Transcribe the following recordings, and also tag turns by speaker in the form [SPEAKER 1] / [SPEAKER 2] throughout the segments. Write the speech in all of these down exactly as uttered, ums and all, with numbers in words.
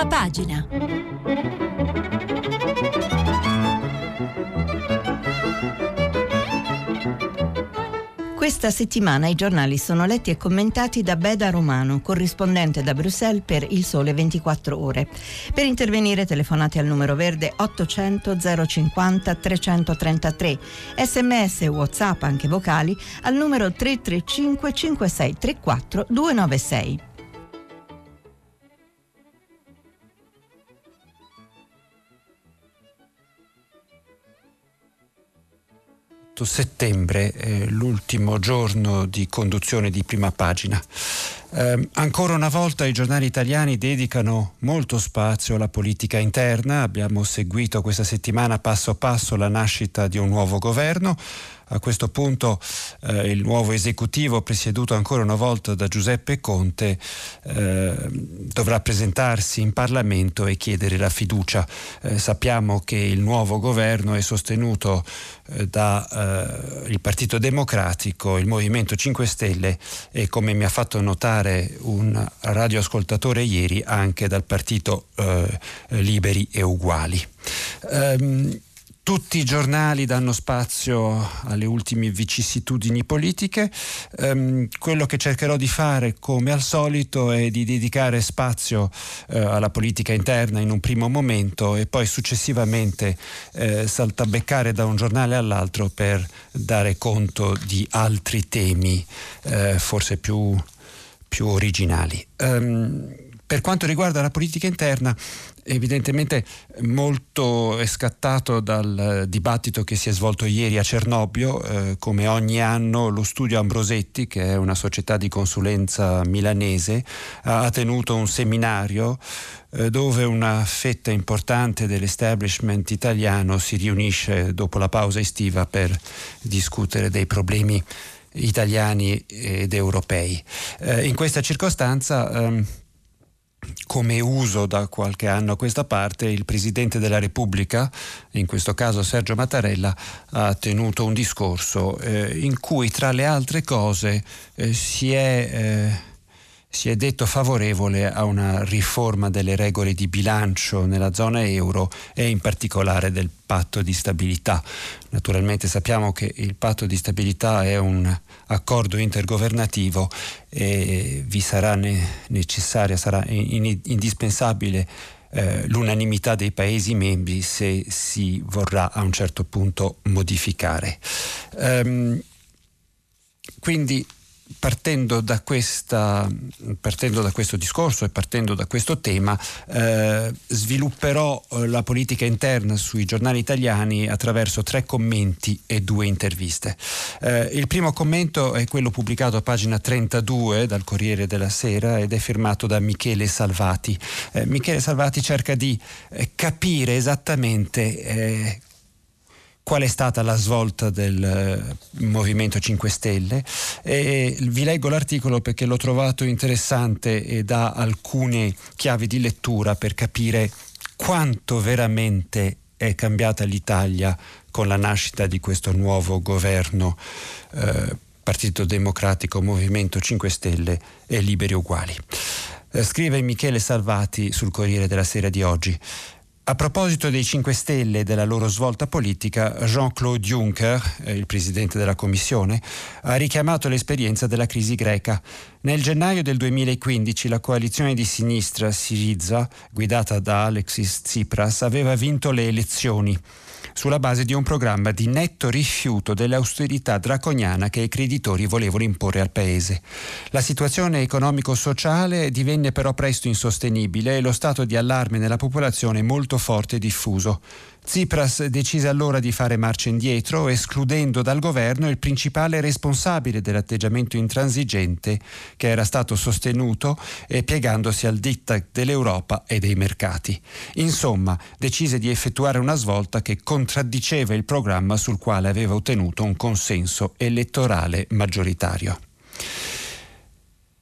[SPEAKER 1] Prima pagina. Questa settimana i giornali sono letti e commentati da Beda Romano, corrispondente da Bruxelles per Il Sole ventiquattro Ore. Per intervenire telefonate al numero verde ottocento zero cinquanta trecentotrentatré, sms e WhatsApp anche vocali al numero tre tre cinque cinque sei tre quattro due nove sei.
[SPEAKER 2] Settembre, eh, l'ultimo giorno di conduzione di Prima Pagina. Eh, ancora una volta i giornali italiani dedicano molto spazio alla politica interna. Abbiamo seguito questa settimana passo passo la nascita di un nuovo governo. A questo punto eh, il nuovo esecutivo, presieduto ancora una volta da Giuseppe Conte, eh, dovrà presentarsi in Parlamento e chiedere la fiducia. Eh, sappiamo che il nuovo governo è sostenuto eh, da eh, il Partito Democratico, il Movimento cinque Stelle e, come mi ha fatto notare un radioascoltatore ieri, anche dal Partito eh, Liberi e Uguali. Um, Tutti i giornali danno spazio alle ultime vicissitudini politiche. Um, quello che cercherò di fare, come al solito, è di dedicare spazio uh, alla politica interna in un primo momento e poi successivamente uh, saltabeccare da un giornale all'altro per dare conto di altri temi uh, forse più, più originali. Um, per quanto riguarda la politica interna, evidentemente molto è scattato dal dibattito che si è svolto ieri a Cernobbio. Eh, come ogni anno lo studio Ambrosetti, che è una società di consulenza milanese, ha tenuto un seminario eh, dove una fetta importante dell'establishment italiano si riunisce dopo la pausa estiva per discutere dei problemi italiani ed europei. Eh, in questa circostanza ehm, come uso da qualche anno a questa parte, il Presidente della Repubblica, in questo caso Sergio Mattarella, ha tenuto un discorso eh, in cui, tra le altre cose, eh, si è... Eh, si è detto favorevole a una riforma delle regole di bilancio nella zona euro e in particolare del patto di stabilità. Naturalmente sappiamo che il patto di stabilità è un accordo intergovernativo e vi sarà necessaria, sarà indispensabile eh, l'unanimità dei Paesi membri se si vorrà a un certo punto modificare. Um, quindi Partendo da, questa, partendo da questo discorso e partendo da questo tema, eh, svilupperò la politica interna sui giornali italiani attraverso tre commenti e due interviste. Eh, il primo commento è quello pubblicato a pagina trentadue dal Corriere della Sera ed è firmato da Michele Salvati. Eh, Michele Salvati cerca di eh, capire esattamente eh, qual è stata la svolta del uh, Movimento cinque Stelle e vi leggo l'articolo perché l'ho trovato interessante e dà alcune chiavi di lettura per capire quanto veramente è cambiata l'Italia con la nascita di questo nuovo governo uh, Partito Democratico, Movimento cinque Stelle e Liberi Uguali. Uh, scrive Michele Salvati sul Corriere della Sera di oggi. A proposito dei cinque Stelle e della loro svolta politica, Jean-Claude Juncker, eh, il presidente della Commissione, ha richiamato l'esperienza della crisi greca. Nel gennaio del duemilaquindici la coalizione di sinistra Syriza, guidata da Alexis Tsipras, aveva vinto le elezioni sulla base di un programma di netto rifiuto dell'austerità draconiana che i creditori volevano imporre al paese. La situazione economico-sociale divenne però presto insostenibile e lo stato di allarme nella popolazione molto forte e diffuso. Tsipras decise allora di fare marcia indietro, escludendo dal governo il principale responsabile dell'atteggiamento intransigente che era stato sostenuto e piegandosi al diktat dell'Europa e dei mercati. Insomma, decise di effettuare una svolta che contraddiceva il programma sul quale aveva ottenuto un consenso elettorale maggioritario.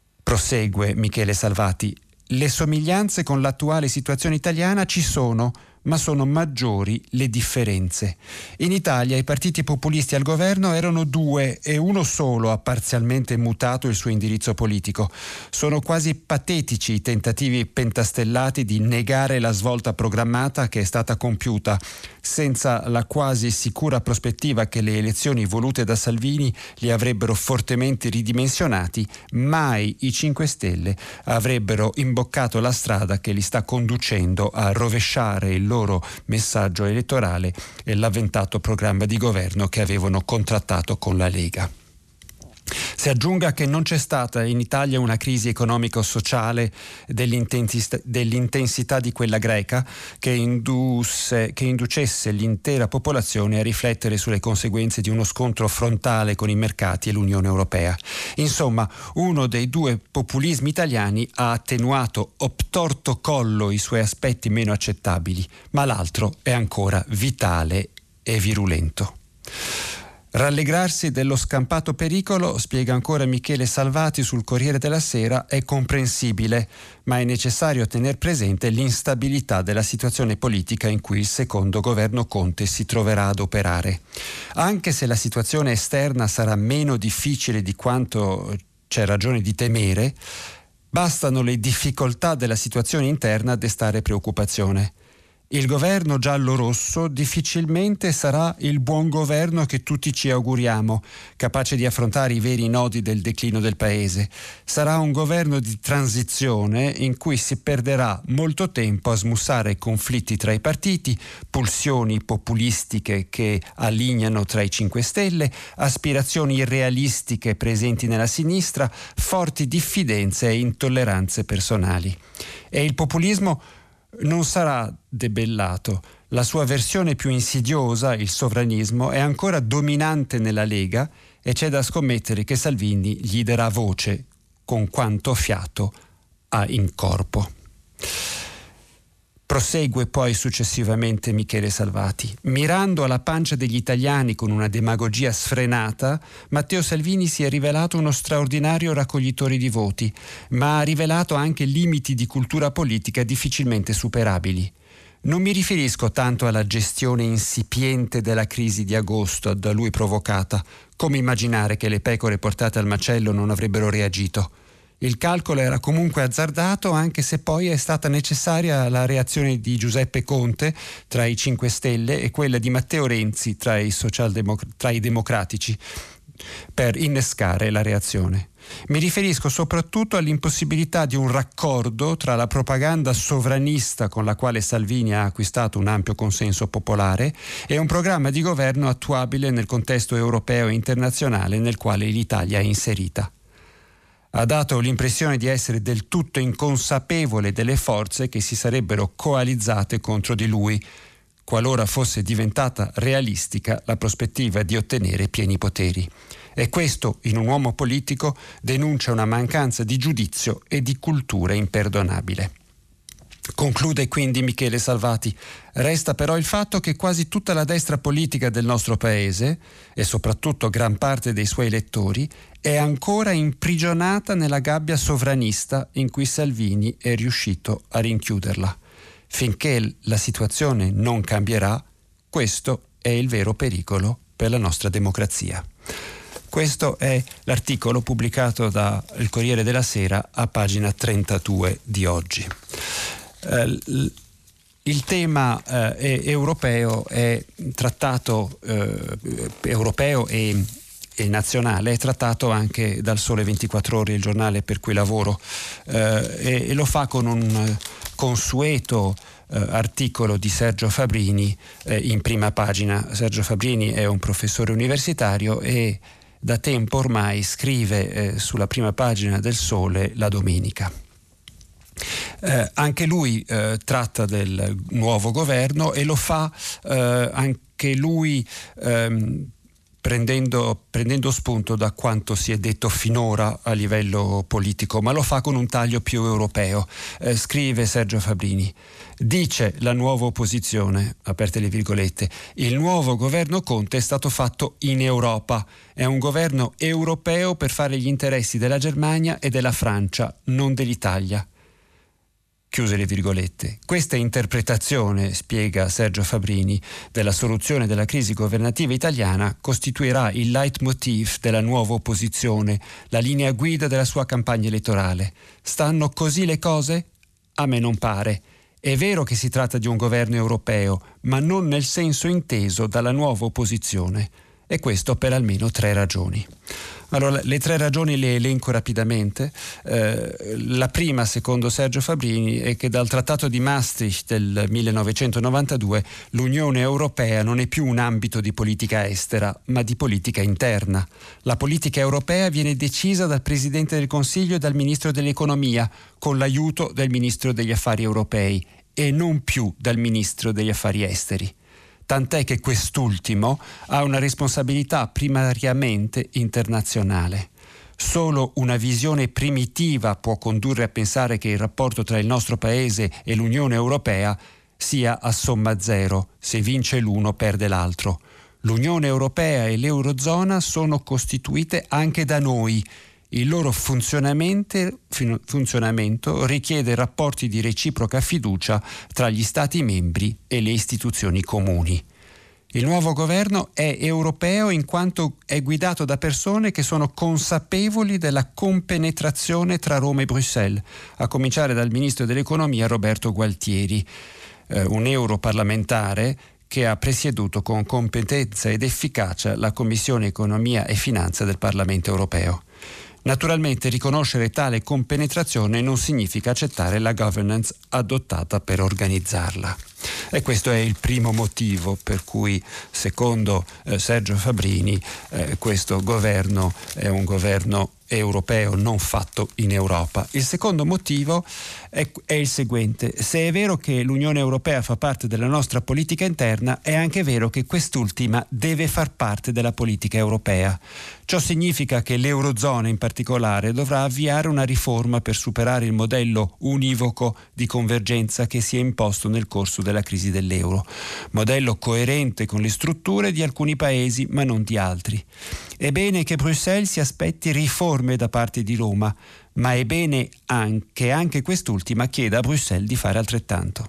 [SPEAKER 2] Prosegue Michele Salvati. Le somiglianze con l'attuale situazione italiana ci sono, ma sono maggiori le differenze. In Italia i partiti populisti al governo erano due e uno solo ha parzialmente mutato il suo indirizzo politico. Sono quasi patetici i tentativi pentastellati di negare la svolta programmata che è stata compiuta, senza la quasi sicura prospettiva che le elezioni volute da Salvini li avrebbero fortemente ridimensionati. Mai i cinque Stelle avrebbero imboccato la strada che li sta conducendo a rovesciare il loro messaggio elettorale e l'avventato programma di governo che avevano contrattato con la Lega. Si aggiunga che non c'è stata in Italia una crisi economico-sociale dell'intensità, dell'intensità di quella greca che, indusse, che inducesse l'intera popolazione a riflettere sulle conseguenze di uno scontro frontale con i mercati e l'Unione Europea. Insomma, uno dei due populismi italiani ha attenuato obtorto collo i suoi aspetti meno accettabili, ma l'altro è ancora vitale e virulento. Rallegrarsi dello scampato pericolo, spiega ancora Michele Salvati sul Corriere della Sera, è comprensibile, ma è necessario tener presente l'instabilità della situazione politica in cui il secondo governo Conte si troverà ad operare. Anche se la situazione esterna sarà meno difficile di quanto c'è ragione di temere, bastano le difficoltà della situazione interna a destare preoccupazione. Il governo giallo-rosso difficilmente sarà il buon governo che tutti ci auguriamo, capace di affrontare i veri nodi del declino del paese. Sarà un governo di transizione in cui si perderà molto tempo a smussare conflitti tra i partiti, pulsioni populistiche che allineano tra i cinque Stelle, aspirazioni irrealistiche presenti nella sinistra, forti diffidenze e intolleranze personali. E il populismo non sarà debellato. La sua versione più insidiosa, il sovranismo, è ancora dominante nella Lega e c'è da scommettere che Salvini gli darà voce con quanto fiato ha in corpo. Prosegue poi successivamente Michele Salvati. Mirando alla pancia degli italiani con una demagogia sfrenata, Matteo Salvini si è rivelato uno straordinario raccoglitore di voti, ma ha rivelato anche limiti di cultura politica difficilmente superabili. Non mi riferisco tanto alla gestione insipiente della crisi di agosto da lui provocata, come immaginare che le pecore portate al macello non avrebbero reagito. Il calcolo era comunque azzardato, anche se poi è stata necessaria la reazione di Giuseppe Conte tra i cinque Stelle e quella di Matteo Renzi tra i, socialdemoc- tra i democratici per innescare la reazione. Mi riferisco soprattutto all'impossibilità di un raccordo tra la propaganda sovranista con la quale Salvini ha acquistato un ampio consenso popolare e un programma di governo attuabile nel contesto europeo e internazionale nel quale l'Italia è inserita. Ha dato l'impressione di essere del tutto inconsapevole delle forze che si sarebbero coalizzate contro di lui, qualora fosse diventata realistica la prospettiva di ottenere pieni poteri. E questo, in un uomo politico, denuncia una mancanza di giudizio e di cultura imperdonabile. Conclude quindi Michele Salvati. Resta però il fatto che quasi tutta la destra politica del nostro paese, e soprattutto gran parte dei suoi elettori, è ancora imprigionata nella gabbia sovranista in cui Salvini è riuscito a rinchiuderla. Finché la situazione non cambierà, questo è il vero pericolo per la nostra democrazia. Questo è l'articolo pubblicato da Il Corriere della Sera a pagina trentadue di oggi. Uh, il tema uh, è, europeo è trattato uh, europeo e, e nazionale, è trattato anche dal Sole ventiquattro Ore, il giornale per cui lavoro, uh, e, e lo fa con un consueto uh, articolo di Sergio Fabrini uh, in prima pagina. Sergio Fabrini è un professore universitario e da tempo ormai scrive uh, sulla prima pagina del Sole la domenica. Eh, anche lui eh, tratta del nuovo governo e lo fa eh, anche lui ehm, prendendo, prendendo spunto da quanto si è detto finora a livello politico, ma lo fa con un taglio più europeo. Eh, scrive Sergio Fabrini: dice la nuova opposizione, aperte le virgolette, il nuovo governo Conte è stato fatto in Europa, è un governo europeo per fare gli interessi della Germania e della Francia, non dell'Italia. Chiuse le virgolette. Questa interpretazione, spiega Sergio Fabrini, della soluzione della crisi governativa italiana costituirà il leitmotiv della nuova opposizione, la linea guida della sua campagna elettorale. Stanno così le cose? A me non pare. È vero che si tratta di un governo europeo, ma non nel senso inteso dalla nuova opposizione. E questo per almeno tre ragioni. Allora, le tre ragioni le elenco rapidamente. Eh, la prima, secondo Sergio Fabrini, è che dal Trattato di Maastricht del millenovecentonovantadue l'Unione Europea non è più un ambito di politica estera, ma di politica interna. La politica europea viene decisa dal Presidente del Consiglio e dal Ministro dell'Economia, con l'aiuto del Ministro degli Affari Europei, e non più dal Ministro degli Affari Esteri. Tant'è che quest'ultimo ha una responsabilità primariamente internazionale. Solo una visione primitiva può condurre a pensare che il rapporto tra il nostro paese e l'Unione Europea sia a somma zero. Se vince l'uno perde l'altro. L'Unione Europea e l'Eurozona sono costituite anche da noi. Il loro funzionamento, funzionamento richiede rapporti di reciproca fiducia tra gli Stati membri e le istituzioni comuni. Il nuovo governo è europeo in quanto è guidato da persone che sono consapevoli della compenetrazione tra Roma e Bruxelles, a cominciare dal ministro dell'Economia Roberto Gualtieri, eh, un europarlamentare che ha presieduto con competenza ed efficacia la Commissione Economia e Finanza del Parlamento europeo. Naturalmente riconoscere tale compenetrazione non significa accettare la governance adottata per organizzarla. E questo è il primo motivo per cui, secondo eh, Sergio Fabrini, eh, questo governo è un governo europeo non fatto in Europa. Il secondo motivo è, è il seguente: se è vero che l'Unione Europea fa parte della nostra politica interna, è anche vero che quest'ultima deve far parte della politica europea. Ciò significa che l'Eurozona in particolare dovrà avviare una riforma per superare il modello univoco di convergenza che si è imposto nel corso della crisi dell'euro, modello coerente con le strutture di alcuni paesi ma non di altri. È bene che Bruxelles si aspetti riforme da parte di Roma, ma è bene anche anche quest'ultima chieda a Bruxelles di fare altrettanto.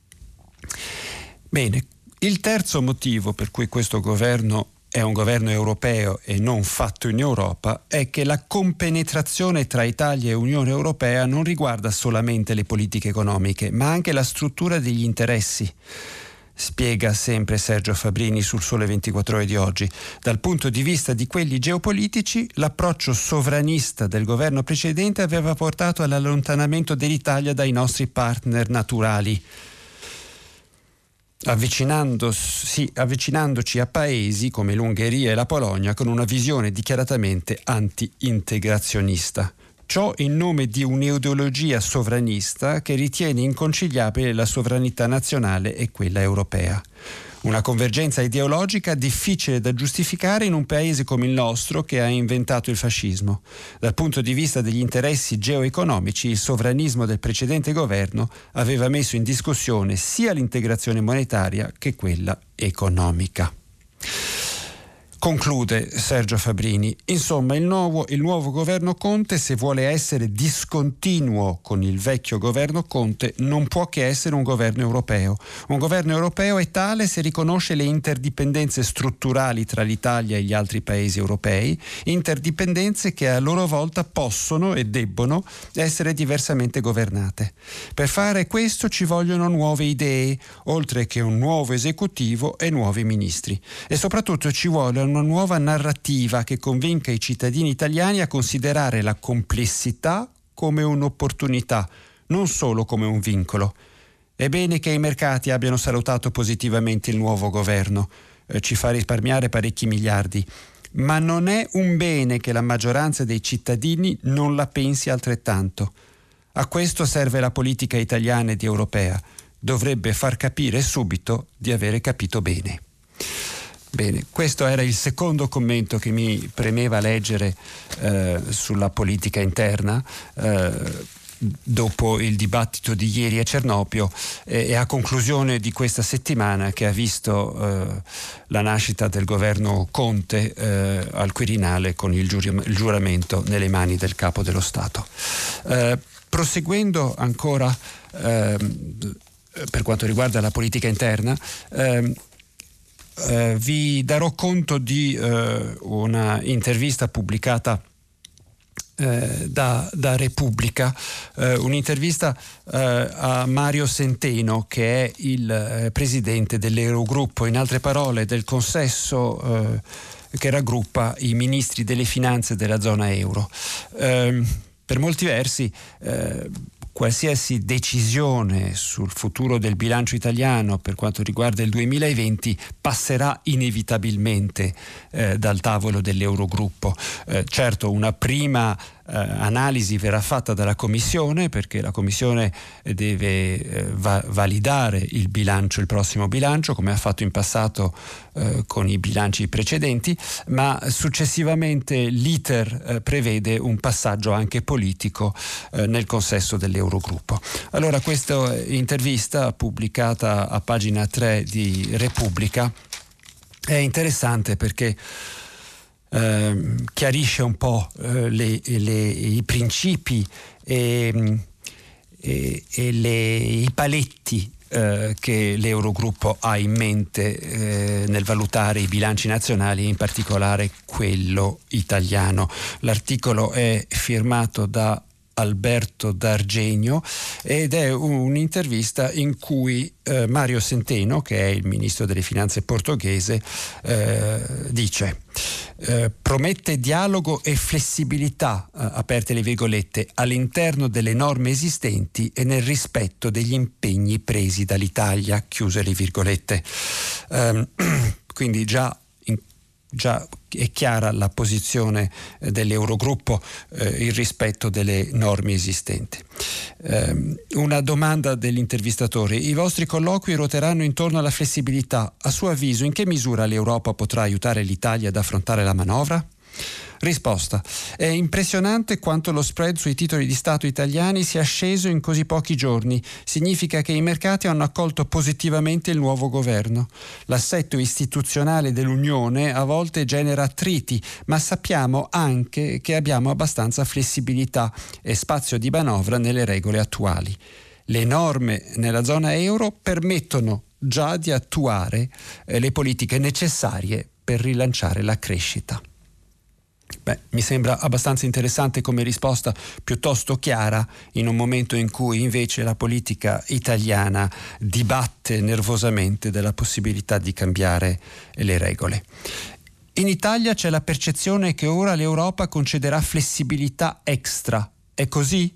[SPEAKER 2] Bene, il terzo motivo per cui questo governo è un governo europeo e non fatto in Europa è che la compenetrazione tra Italia e Unione Europea non riguarda solamente le politiche economiche, ma anche la struttura degli interessi. Spiega sempre Sergio Fabrini sul Sole ventiquattro Ore di oggi. Dal punto di vista di quelli geopolitici, l'approccio sovranista del governo precedente aveva portato all'allontanamento dell'Italia dai nostri partner naturali, avvicinandosi, avvicinandoci a paesi come l'Ungheria e la Polonia con una visione dichiaratamente anti-integrazionista. Ciò in nome di un'ideologia sovranista che ritiene inconciliabile la sovranità nazionale e quella europea. Una convergenza ideologica difficile da giustificare in un paese come il nostro che ha inventato il fascismo. Dal punto di vista degli interessi geoeconomici, il sovranismo del precedente governo aveva messo in discussione sia l'integrazione monetaria che quella economica. Conclude Sergio Fabrini: insomma, il nuovo, il nuovo governo Conte, se vuole essere discontinuo con il vecchio governo Conte, non può che essere un governo europeo. Un governo europeo è tale se riconosce le interdipendenze strutturali tra l'Italia e gli altri paesi europei, interdipendenze che a loro volta possono e debbono essere diversamente governate. Per fare questo ci vogliono nuove idee, oltre che un nuovo esecutivo e nuovi ministri. E soprattutto ci vuole una nuova narrativa che convinca i cittadini italiani a considerare la complessità come un'opportunità, non solo come un vincolo. È bene che i mercati abbiano salutato positivamente il nuovo governo, eh, ci fa risparmiare parecchi miliardi, ma non è un bene che la maggioranza dei cittadini non la pensi altrettanto. A questo serve la politica italiana ed europea. Dovrebbe far capire subito di avere capito bene. Bene, questo era il secondo commento che mi premeva leggere eh, sulla politica interna eh, dopo il dibattito di ieri a Cernopio e, e a conclusione di questa settimana che ha visto eh, la nascita del governo Conte eh, al Quirinale con il, giuri, il giuramento nelle mani del Capo dello Stato. Eh, proseguendo ancora eh, per quanto riguarda la politica interna, eh, eh, vi darò conto di eh, una intervista pubblicata Eh, da, da Repubblica, eh, un'intervista eh, a Mario Centeno, che è il eh, presidente dell'Eurogruppo, in altre parole del consesso eh, che raggruppa i ministri delle finanze della zona euro. Eh, per molti versi eh, qualsiasi decisione sul futuro del bilancio italiano per quanto riguarda il duemilaventi passerà inevitabilmente eh, dal tavolo dell'Eurogruppo. Eh, certo, una prima eh, analisi verrà fatta dalla Commissione, perché la Commissione deve eh, va- validare il bilancio, il prossimo bilancio, come ha fatto in passato eh, con i bilanci precedenti, ma successivamente l'iter eh, prevede un passaggio anche politico eh, nel consesso dell'Eurogruppo. Eurogruppo. Allora, questa intervista pubblicata a pagina tre di Repubblica è interessante perché eh, chiarisce un po' eh, le, le, i principi e, e, e le, i paletti eh, che l'Eurogruppo ha in mente eh, nel valutare i bilanci nazionali, in particolare quello italiano. L'articolo è firmato da Alberto D'Argenio ed è un'intervista in cui eh, Mario Centeno, che è il ministro delle finanze portoghese, eh, dice eh, promette dialogo e flessibilità, eh, aperte le virgolette, all'interno delle norme esistenti e nel rispetto degli impegni presi dall'Italia, chiuse le virgolette. Eh, quindi già Già è chiara la posizione dell'Eurogruppo, eh, il rispetto delle norme esistenti. Eh, una domanda dell'intervistatore: i vostri colloqui ruoteranno intorno alla flessibilità. A suo avviso, in che misura l'Europa potrà aiutare l'Italia ad affrontare la manovra? Risposta: è impressionante quanto lo spread sui titoli di Stato italiani sia sceso in così pochi giorni. Significa che i mercati hanno accolto positivamente il nuovo governo. L'assetto istituzionale dell'Unione a volte genera attriti, ma sappiamo anche che abbiamo abbastanza flessibilità e spazio di manovra nelle regole attuali. Le norme nella zona euro permettono già di attuare eh, le politiche necessarie per rilanciare la crescita. Beh, mi sembra abbastanza interessante come risposta, piuttosto chiara in un momento in cui invece la politica italiana dibatte nervosamente della possibilità di cambiare le regole. In Italia c'è la percezione che ora l'Europa concederà flessibilità extra. È così?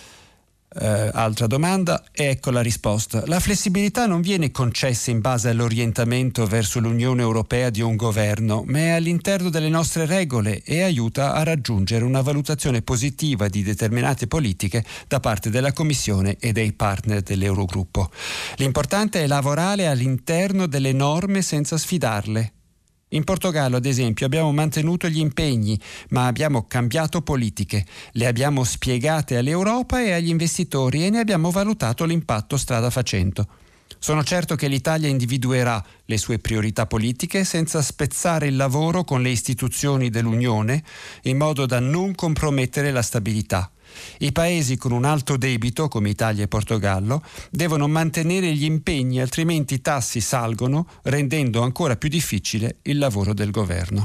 [SPEAKER 2] Eh, altra domanda, e ecco la risposta. La flessibilità non viene concessa in base all'orientamento verso l'Unione Europea di un governo, ma è all'interno delle nostre regole e aiuta a raggiungere una valutazione positiva di determinate politiche da parte della Commissione e dei partner dell'Eurogruppo. L'importante è lavorare all'interno delle norme senza sfidarle. In Portogallo, ad esempio, abbiamo mantenuto gli impegni, ma abbiamo cambiato politiche, le abbiamo spiegate all'Europa e agli investitori e ne abbiamo valutato l'impatto strada facendo. Sono certo che l'Italia individuerà le sue priorità politiche senza spezzare il lavoro con le istituzioni dell'Unione, in modo da non compromettere la stabilità. I paesi con un alto debito, come Italia e Portogallo, devono mantenere gli impegni, altrimenti i tassi salgono, rendendo ancora più difficile il lavoro del governo.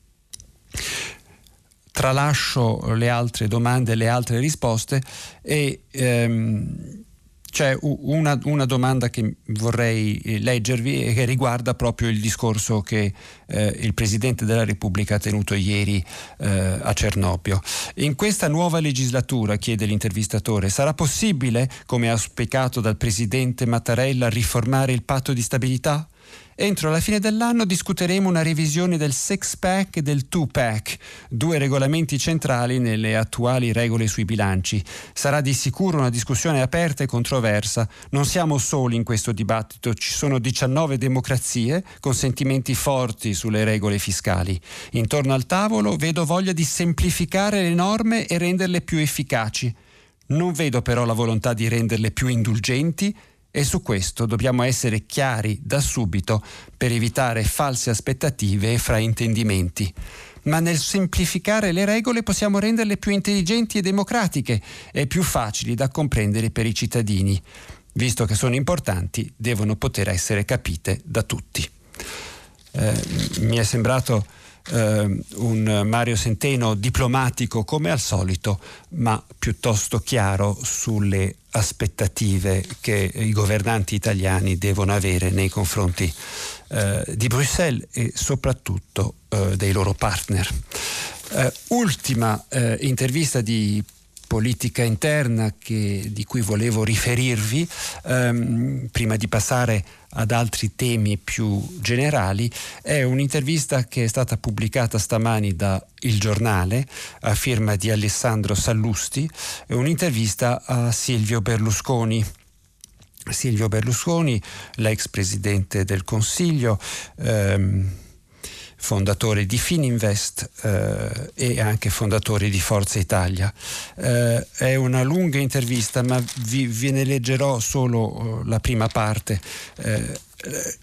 [SPEAKER 2] Tralascio le altre domande e le altre risposte e ehm, c'è una, una domanda che vorrei leggervi e che riguarda proprio il discorso che eh, il Presidente della Repubblica ha tenuto ieri eh, a Cernobbio. In questa nuova legislatura, chiede l'intervistatore, sarà possibile, come auspicato dal Presidente Mattarella, riformare il patto di stabilità? Entro la fine dell'anno discuteremo una revisione del six-pack e del two-pack, due regolamenti centrali nelle attuali regole sui bilanci. Sarà di sicuro una discussione aperta e controversa. Non siamo soli in questo dibattito, ci sono diciannove democrazie con sentimenti forti sulle regole fiscali. Intorno al tavolo vedo voglia di semplificare le norme e renderle più efficaci. Non vedo però la volontà di renderle più indulgenti, e su questo dobbiamo essere chiari da subito per evitare false aspettative e fraintendimenti. ma nel semplificare le regole possiamo renderle più intelligenti e democratiche e più facili da comprendere per i cittadini. Visto che sono importanti, devono poter essere capite da tutti. Eh, mi è sembrato eh, un Mario Centeno diplomatico come al solito, ma piuttosto chiaro sulle aspettative che i governanti italiani devono avere nei confronti eh, di Bruxelles e soprattutto eh, dei loro partner. Eh, ultima eh, intervista di politica interna che, di cui volevo riferirvi ehm, prima di passare ad altri temi più generali, è un'intervista che è stata pubblicata stamani da Il Giornale a firma di Alessandro Sallusti, è un'intervista a Silvio Berlusconi. Silvio Berlusconi, l'ex presidente del Consiglio, ehm, fondatore di Fininvest eh, e anche fondatore di Forza Italia. Eh, è una lunga intervista, ma vi, ve ne leggerò solo uh, la prima parte. Eh, eh,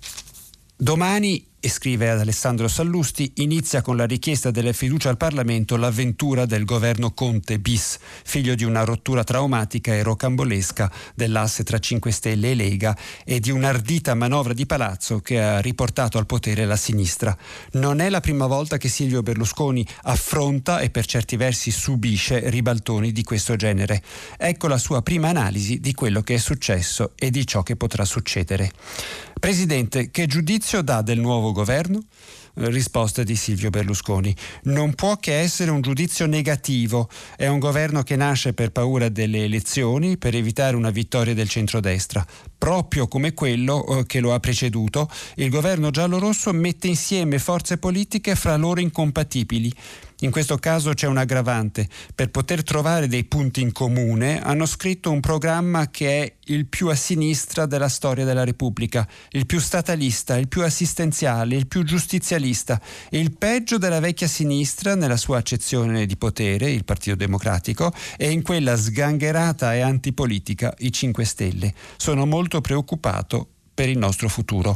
[SPEAKER 2] domani, e scrive ad Alessandro Sallusti, inizia con la richiesta della fiducia al Parlamento l'avventura del governo Conte bis, figlio di una rottura traumatica e rocambolesca dell'asse tra cinque Stelle e Lega e di un'ardita manovra di palazzo che ha riportato al potere la sinistra. Non è la prima volta che Silvio Berlusconi affronta e per certi versi subisce ribaltoni di questo genere. Ecco la sua prima analisi di quello che è successo e di ciò che potrà succedere. Presidente, che giudizio dà del nuovo governo? Risposta di Silvio Berlusconi: non può che essere un giudizio negativo. È un governo che nasce per paura delle elezioni, per evitare una vittoria del centrodestra. Proprio come quello che lo ha preceduto, il governo giallorosso mette insieme forze politiche fra loro incompatibili. In questo caso c'è un aggravante. Per poter trovare dei punti in comune hanno scritto un programma che è il più a sinistra della storia della Repubblica, il più statalista, il più assistenziale, il più giustizialista, il peggio della vecchia sinistra nella sua accezione di potere, il Partito Democratico, e in quella sgangherata e antipolitica, i cinque Stelle. Sono molto preoccupato per il nostro futuro.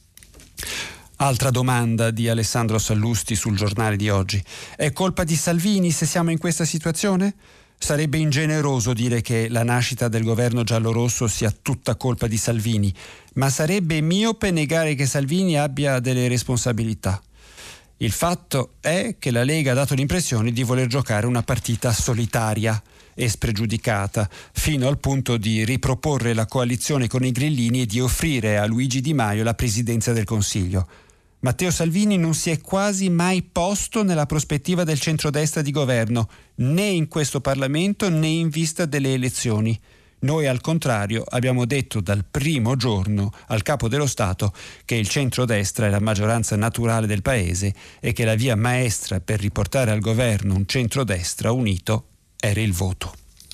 [SPEAKER 2] Altra domanda di Alessandro Sallusti sul Giornale di oggi. È colpa di Salvini se siamo in questa situazione? Sarebbe ingeneroso dire che la nascita del governo giallorosso sia tutta colpa di Salvini, ma sarebbe miope negare che Salvini abbia delle responsabilità. Il fatto è che la Lega ha dato l'impressione di voler giocare una partita solitaria e spregiudicata, fino al punto di riproporre la coalizione con i grillini e di offrire a Luigi Di Maio la presidenza del Consiglio. Matteo Salvini non si è quasi mai posto nella prospettiva del centrodestra di governo, né in questo Parlamento né in vista delle elezioni. Noi, al contrario, abbiamo detto dal primo giorno al Capo dello Stato che il centrodestra è la maggioranza naturale del Paese e che la via maestra per riportare al governo un centrodestra unito era il voto.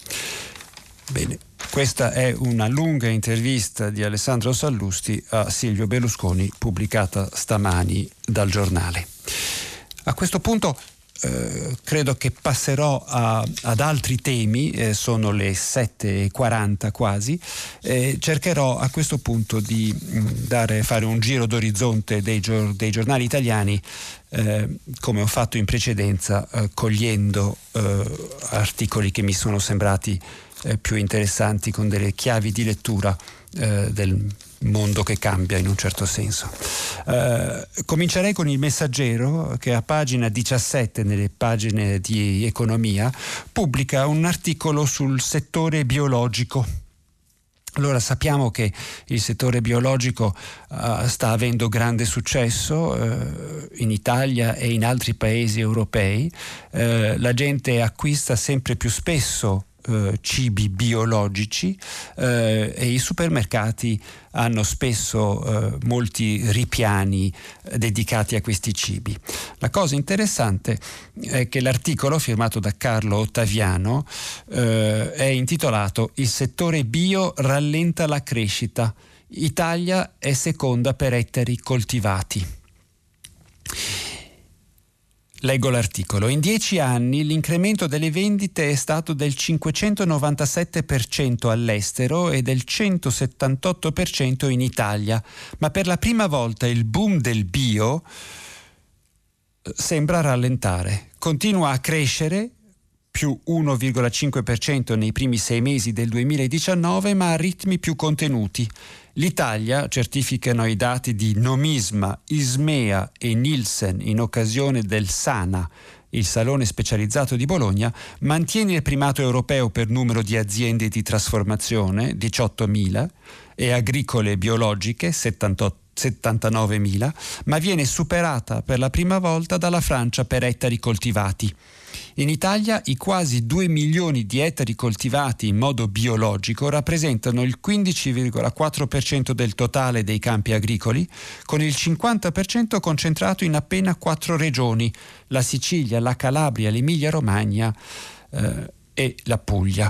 [SPEAKER 2] Bene. Questa è una lunga intervista di Alessandro Sallusti a Silvio Berlusconi, pubblicata stamani dal Giornale. A questo punto eh, credo che passerò a, ad altri temi, eh, sono le sette e quaranta quasi, eh, cercherò a questo punto di mh, dare, fare un giro d'orizzonte dei, gior, dei giornali italiani, eh, come ho fatto in precedenza, eh, cogliendo eh, articoli che mi sono sembrati Eh, più interessanti, con delle chiavi di lettura eh, del mondo che cambia in un certo senso. Eh, comincerei con Il Messaggero, che a pagina diciassette, nelle pagine di economia, pubblica un articolo sul settore biologico. Allora, sappiamo che il settore biologico uh, sta avendo grande successo uh, in Italia e in altri paesi europei. Uh, la gente acquista sempre più spesso Uh, cibi biologici uh, e i supermercati hanno spesso uh, molti ripiani uh, dedicati a questi cibi. La cosa interessante è che l'articolo, firmato da Carlo Ottaviano, uh, è intitolato "Il settore bio rallenta la crescita. Italia è seconda per ettari coltivati". Leggo l'articolo. In dieci anni l'incremento delle vendite è stato del cinquecentonovantasette per cento all'estero e del centosettantotto per cento in Italia, ma per la prima volta il boom del bio sembra rallentare, continua a crescere più uno virgola cinque per cento nei primi sei mesi del duemiladiciannove, ma a ritmi più contenuti. L'Italia, certificano i dati di Nomisma, Ismea e Nielsen in occasione del Sana, il salone specializzato di Bologna, mantiene il primato europeo per numero di aziende di trasformazione, diciottomila, e agricole e biologiche, settantotto settantanovemila, ma viene superata per la prima volta dalla Francia per ettari coltivati. In Italia i quasi due milioni di ettari coltivati in modo biologico rappresentano il quindici virgola quattro per cento del totale dei campi agricoli, con il cinquanta per cento concentrato in appena quattro regioni: la Sicilia, la Calabria, l'Emilia-Romagna eh, e la Puglia.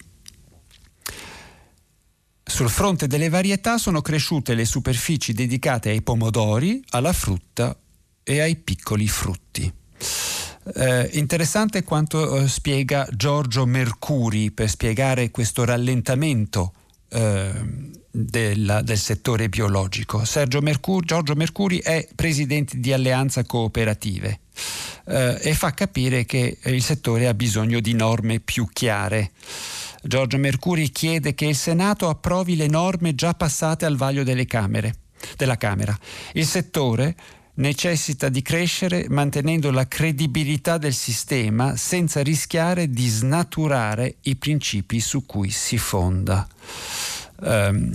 [SPEAKER 2] Sul fronte delle varietà sono cresciute le superfici dedicate ai pomodori, alla frutta e ai piccoli frutti. Eh, interessante quanto eh, spiega Giorgio Mercuri per spiegare questo rallentamento eh, del, del settore biologico. Sergio Mercuri, Giorgio Mercuri è presidente di Alleanza Cooperative eh, e fa capire che il settore ha bisogno di norme più chiare. Giorgio Mercuri chiede che il Senato approvi le norme già passate al vaglio delle Camere, della Camera. Il settore necessita di crescere mantenendo la credibilità del sistema senza rischiare di snaturare i principi su cui si fonda. Um,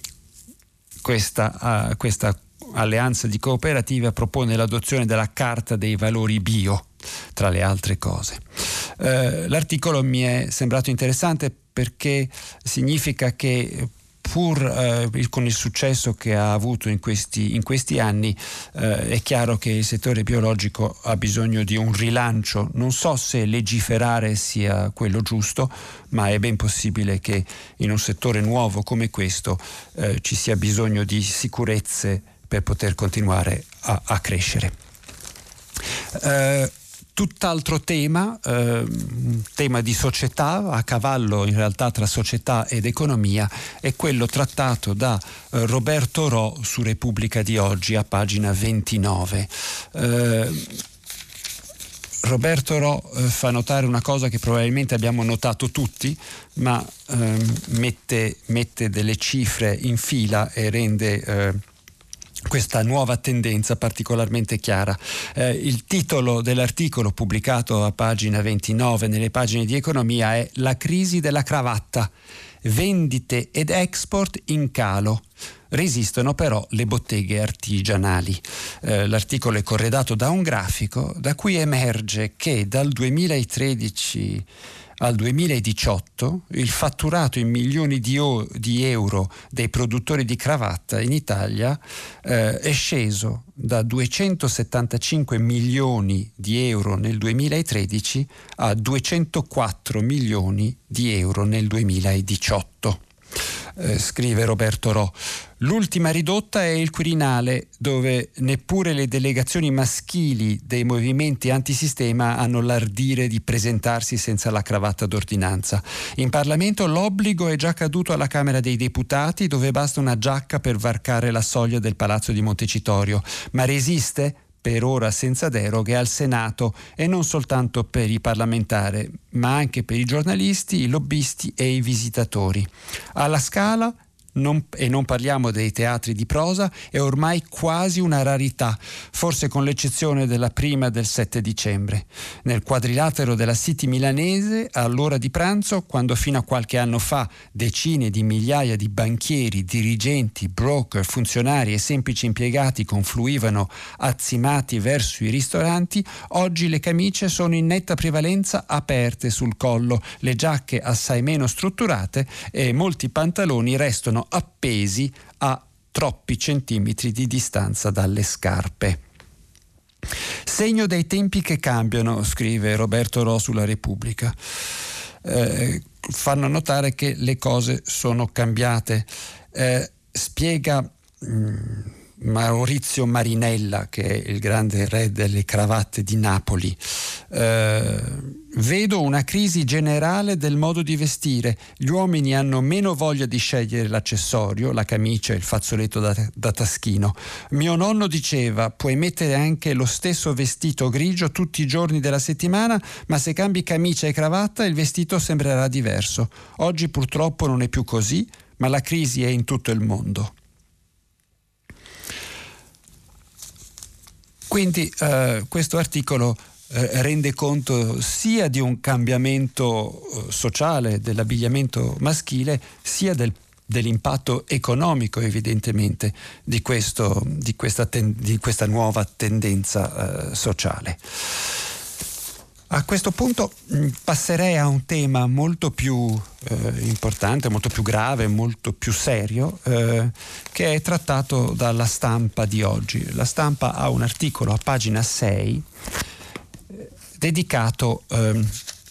[SPEAKER 2] questa, uh, questa alleanza di cooperative propone l'adozione della Carta dei Valori Bio, tra le altre cose. Uh, l'articolo mi è sembrato interessante perché significa che pur eh, con il successo che ha avuto in questi, in questi anni eh, è chiaro che il settore biologico ha bisogno di un rilancio. Non so se legiferare sia quello giusto, ma è ben possibile che in un settore nuovo come questo eh, ci sia bisogno di sicurezze per poter continuare a, a crescere. Eh, Tutt'altro tema, eh, tema di società, a cavallo in realtà tra società ed economia, è quello trattato da eh, Roberto Ro su Repubblica di oggi, a pagina ventinove. Eh, Roberto Ro eh, fa notare una cosa che probabilmente abbiamo notato tutti, ma eh, mette, mette delle cifre in fila e rende Eh, questa nuova tendenza particolarmente chiara. Eh, il titolo dell'articolo pubblicato a pagina ventinove nelle pagine di economia è La crisi della cravatta. Vendite ed export in calo. Resistono però le botteghe artigianali. Eh, l'articolo è corredato da un grafico da cui emerge che dal duemilatredici al duemiladiciotto il fatturato in milioni di, o- di euro dei produttori di cravatta in Italia eh, è sceso da duecentosettantacinque milioni di euro nel duemilatredici a duecentoquattro milioni di euro nel duemiladiciotto. Eh, scrive Roberto Ro. L'ultima ridotta è il Quirinale, dove neppure le delegazioni maschili dei movimenti antisistema hanno l'ardire di presentarsi senza la cravatta d'ordinanza. In Parlamento l'obbligo è già caduto alla Camera dei Deputati, dove basta una giacca per varcare la soglia del Palazzo di Montecitorio, ma resiste per ora senza deroghe al Senato, e non soltanto per i parlamentari, ma anche per i giornalisti, i lobbisti e i visitatori. Alla Scala, non, e non parliamo dei teatri di prosa, è ormai quasi una rarità, forse con l'eccezione della prima del sette dicembre. Nel quadrilatero della City milanese, all'ora di pranzo, quando fino a qualche anno fa decine di migliaia di banchieri, dirigenti, broker, funzionari e semplici impiegati confluivano azzimati verso i ristoranti, oggi le camicie sono in netta prevalenza aperte sul collo, le giacche assai meno strutturate e molti pantaloni restano appesi a troppi centimetri di distanza dalle scarpe. Segno dei tempi che cambiano, scrive Roberto Ro sulla Repubblica. Eh, fanno notare che le cose sono cambiate. Eh, spiega mh, Maurizio Marinella, che è il grande re delle cravatte di Napoli, Eh, Vedo una crisi generale del modo di vestire. Gli uomini hanno meno voglia di scegliere l'accessorio, la camicia e il fazzoletto da, da taschino. Mio nonno diceva: puoi mettere anche lo stesso vestito grigio tutti i giorni della settimana, ma se cambi camicia e cravatta il vestito sembrerà diverso. Oggi purtroppo non è più così, ma la crisi è in tutto il mondo. Quindi eh, questo articolo Eh, rende conto sia di un cambiamento eh, sociale dell'abbigliamento maschile, sia del, dell'impatto economico evidentemente di, questo, di, questa, ten, di questa nuova tendenza eh, sociale. A questo punto mh, passerei a un tema molto più eh, importante, molto più grave, molto più serio, eh, che è trattato dalla Stampa di oggi. La Stampa ha un articolo a pagina sei dedicato ehm,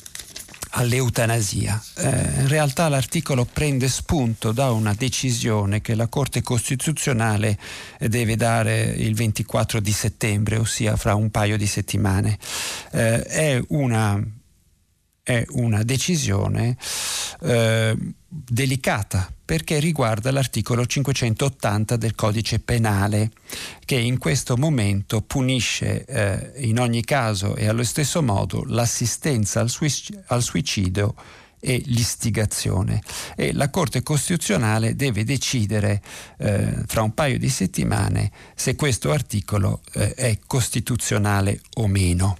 [SPEAKER 2] all'eutanasia. Eh, in realtà l'articolo prende spunto da una decisione che la Corte Costituzionale deve dare il ventiquattro di settembre, ossia fra un paio di settimane. Eh, è una è una decisione eh, delicata, perché riguarda l'articolo cinquecentottanta del Codice Penale, che in questo momento punisce eh, in ogni caso e allo stesso modo l'assistenza al, suic- al suicidio e l'istigazione. E la Corte Costituzionale deve decidere eh, fra un paio di settimane se questo articolo eh, è costituzionale o meno.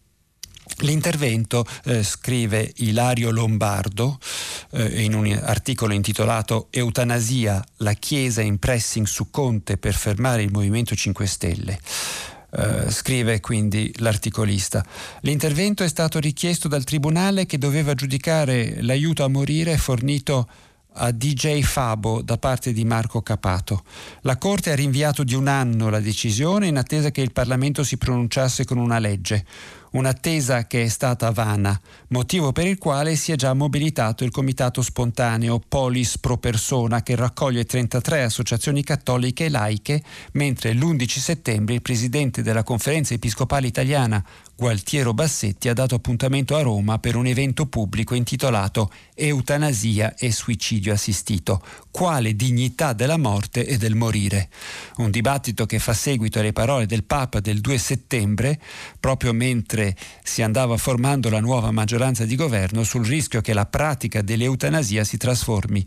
[SPEAKER 2] L'intervento, eh, scrive Ilario Lombardo eh, in un articolo intitolato Eutanasia, la Chiesa in pressing su Conte per fermare il Movimento cinque Stelle. Uh, scrive quindi l'articolista: l'intervento è stato richiesto dal Tribunale che doveva giudicare l'aiuto a morire fornito a D J Fabo da parte di Marco Capato. La Corte ha rinviato di un anno la decisione in attesa che il Parlamento si pronunciasse con una legge. Un'attesa che è stata vana, motivo per il quale si è già mobilitato il comitato spontaneo Polis Pro Persona, che raccoglie trentatré associazioni cattoliche e laiche, mentre l'undici settembre il presidente della Conferenza Episcopale Italiana, Gualtiero Bassetti, ha dato appuntamento a Roma per un evento pubblico intitolato Eutanasia e suicidio assistito, quale dignità della morte e del morire. Un dibattito che fa seguito alle parole del Papa del due settembre, proprio mentre si andava formando la nuova maggioranza di governo, sul rischio che la pratica dell'eutanasia si trasformi,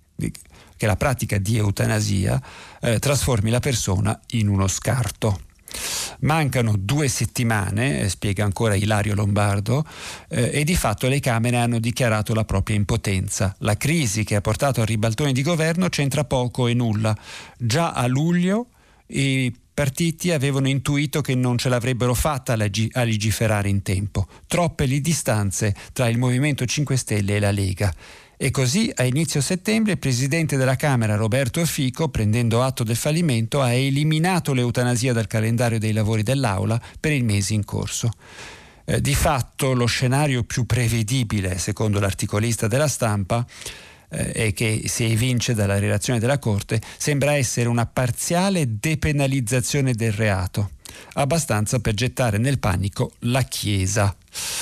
[SPEAKER 2] che la pratica di eutanasia eh, trasformi la persona in uno scarto. Mancano due settimane, spiega ancora Ilario Lombardo, eh, e di fatto le Camere hanno dichiarato la propria impotenza. La crisi che ha portato al ribaltone di governo c'entra poco e nulla. Già a luglio i partiti avevano intuito che non ce l'avrebbero fatta a legiferare in tempo. Troppe le distanze tra il Movimento cinque Stelle e la Lega. E così a inizio settembre il presidente della Camera Roberto Fico, prendendo atto del fallimento, ha eliminato l'eutanasia dal calendario dei lavori dell'Aula per il mese in corso. Eh, di fatto lo scenario più prevedibile, secondo l'articolista della Stampa, eh, e che si evince dalla relazione della Corte, sembra essere una parziale depenalizzazione del reato, abbastanza per gettare nel panico la Chiesa.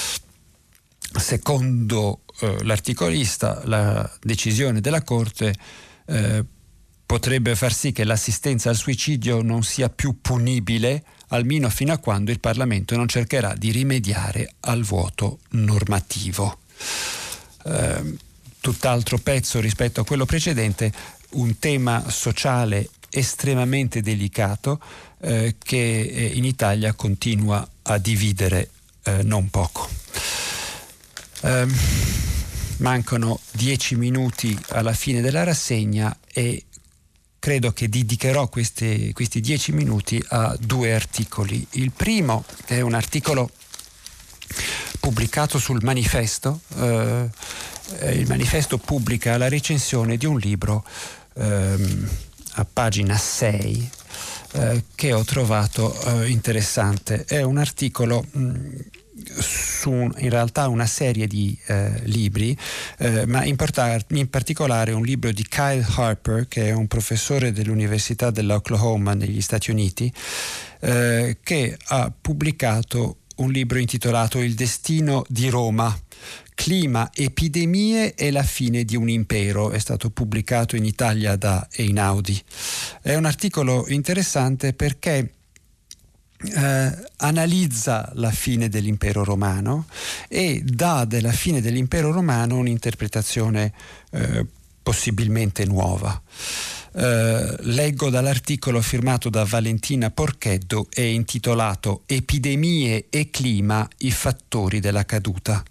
[SPEAKER 2] Secondo eh, l'articolista, la decisione della Corte eh, potrebbe far sì che l'assistenza al suicidio non sia più punibile, almeno fino a quando il Parlamento non cercherà di rimediare al vuoto normativo. Eh, tutt'altro pezzo rispetto a quello precedente, un tema sociale estremamente delicato eh, che in Italia continua a dividere eh, non poco. Eh, mancano dieci minuti alla fine della rassegna e credo che dedicherò questi, questi dieci minuti a due articoli. Il primo è un articolo pubblicato sul Manifesto. Eh, il Manifesto pubblica la recensione di un libro ehm, a pagina sei eh, che ho trovato eh, interessante. È un articolo mh, su in realtà una serie di eh, libri, eh, ma in, portar, in particolare un libro di Kyle Harper, che è un professore dell'Università dell'Oklahoma negli Stati Uniti, eh, che ha pubblicato un libro intitolato Il destino di Roma, clima, epidemie e la fine di un impero. È stato pubblicato in Italia da Einaudi. È un articolo interessante perché Eh, analizza la fine dell'impero romano e dà della fine dell'impero romano un'interpretazione eh, possibilmente nuova. Eh, leggo dall'articolo firmato da Valentina Porcheddu e intitolato Epidemie e clima, i fattori della caduta.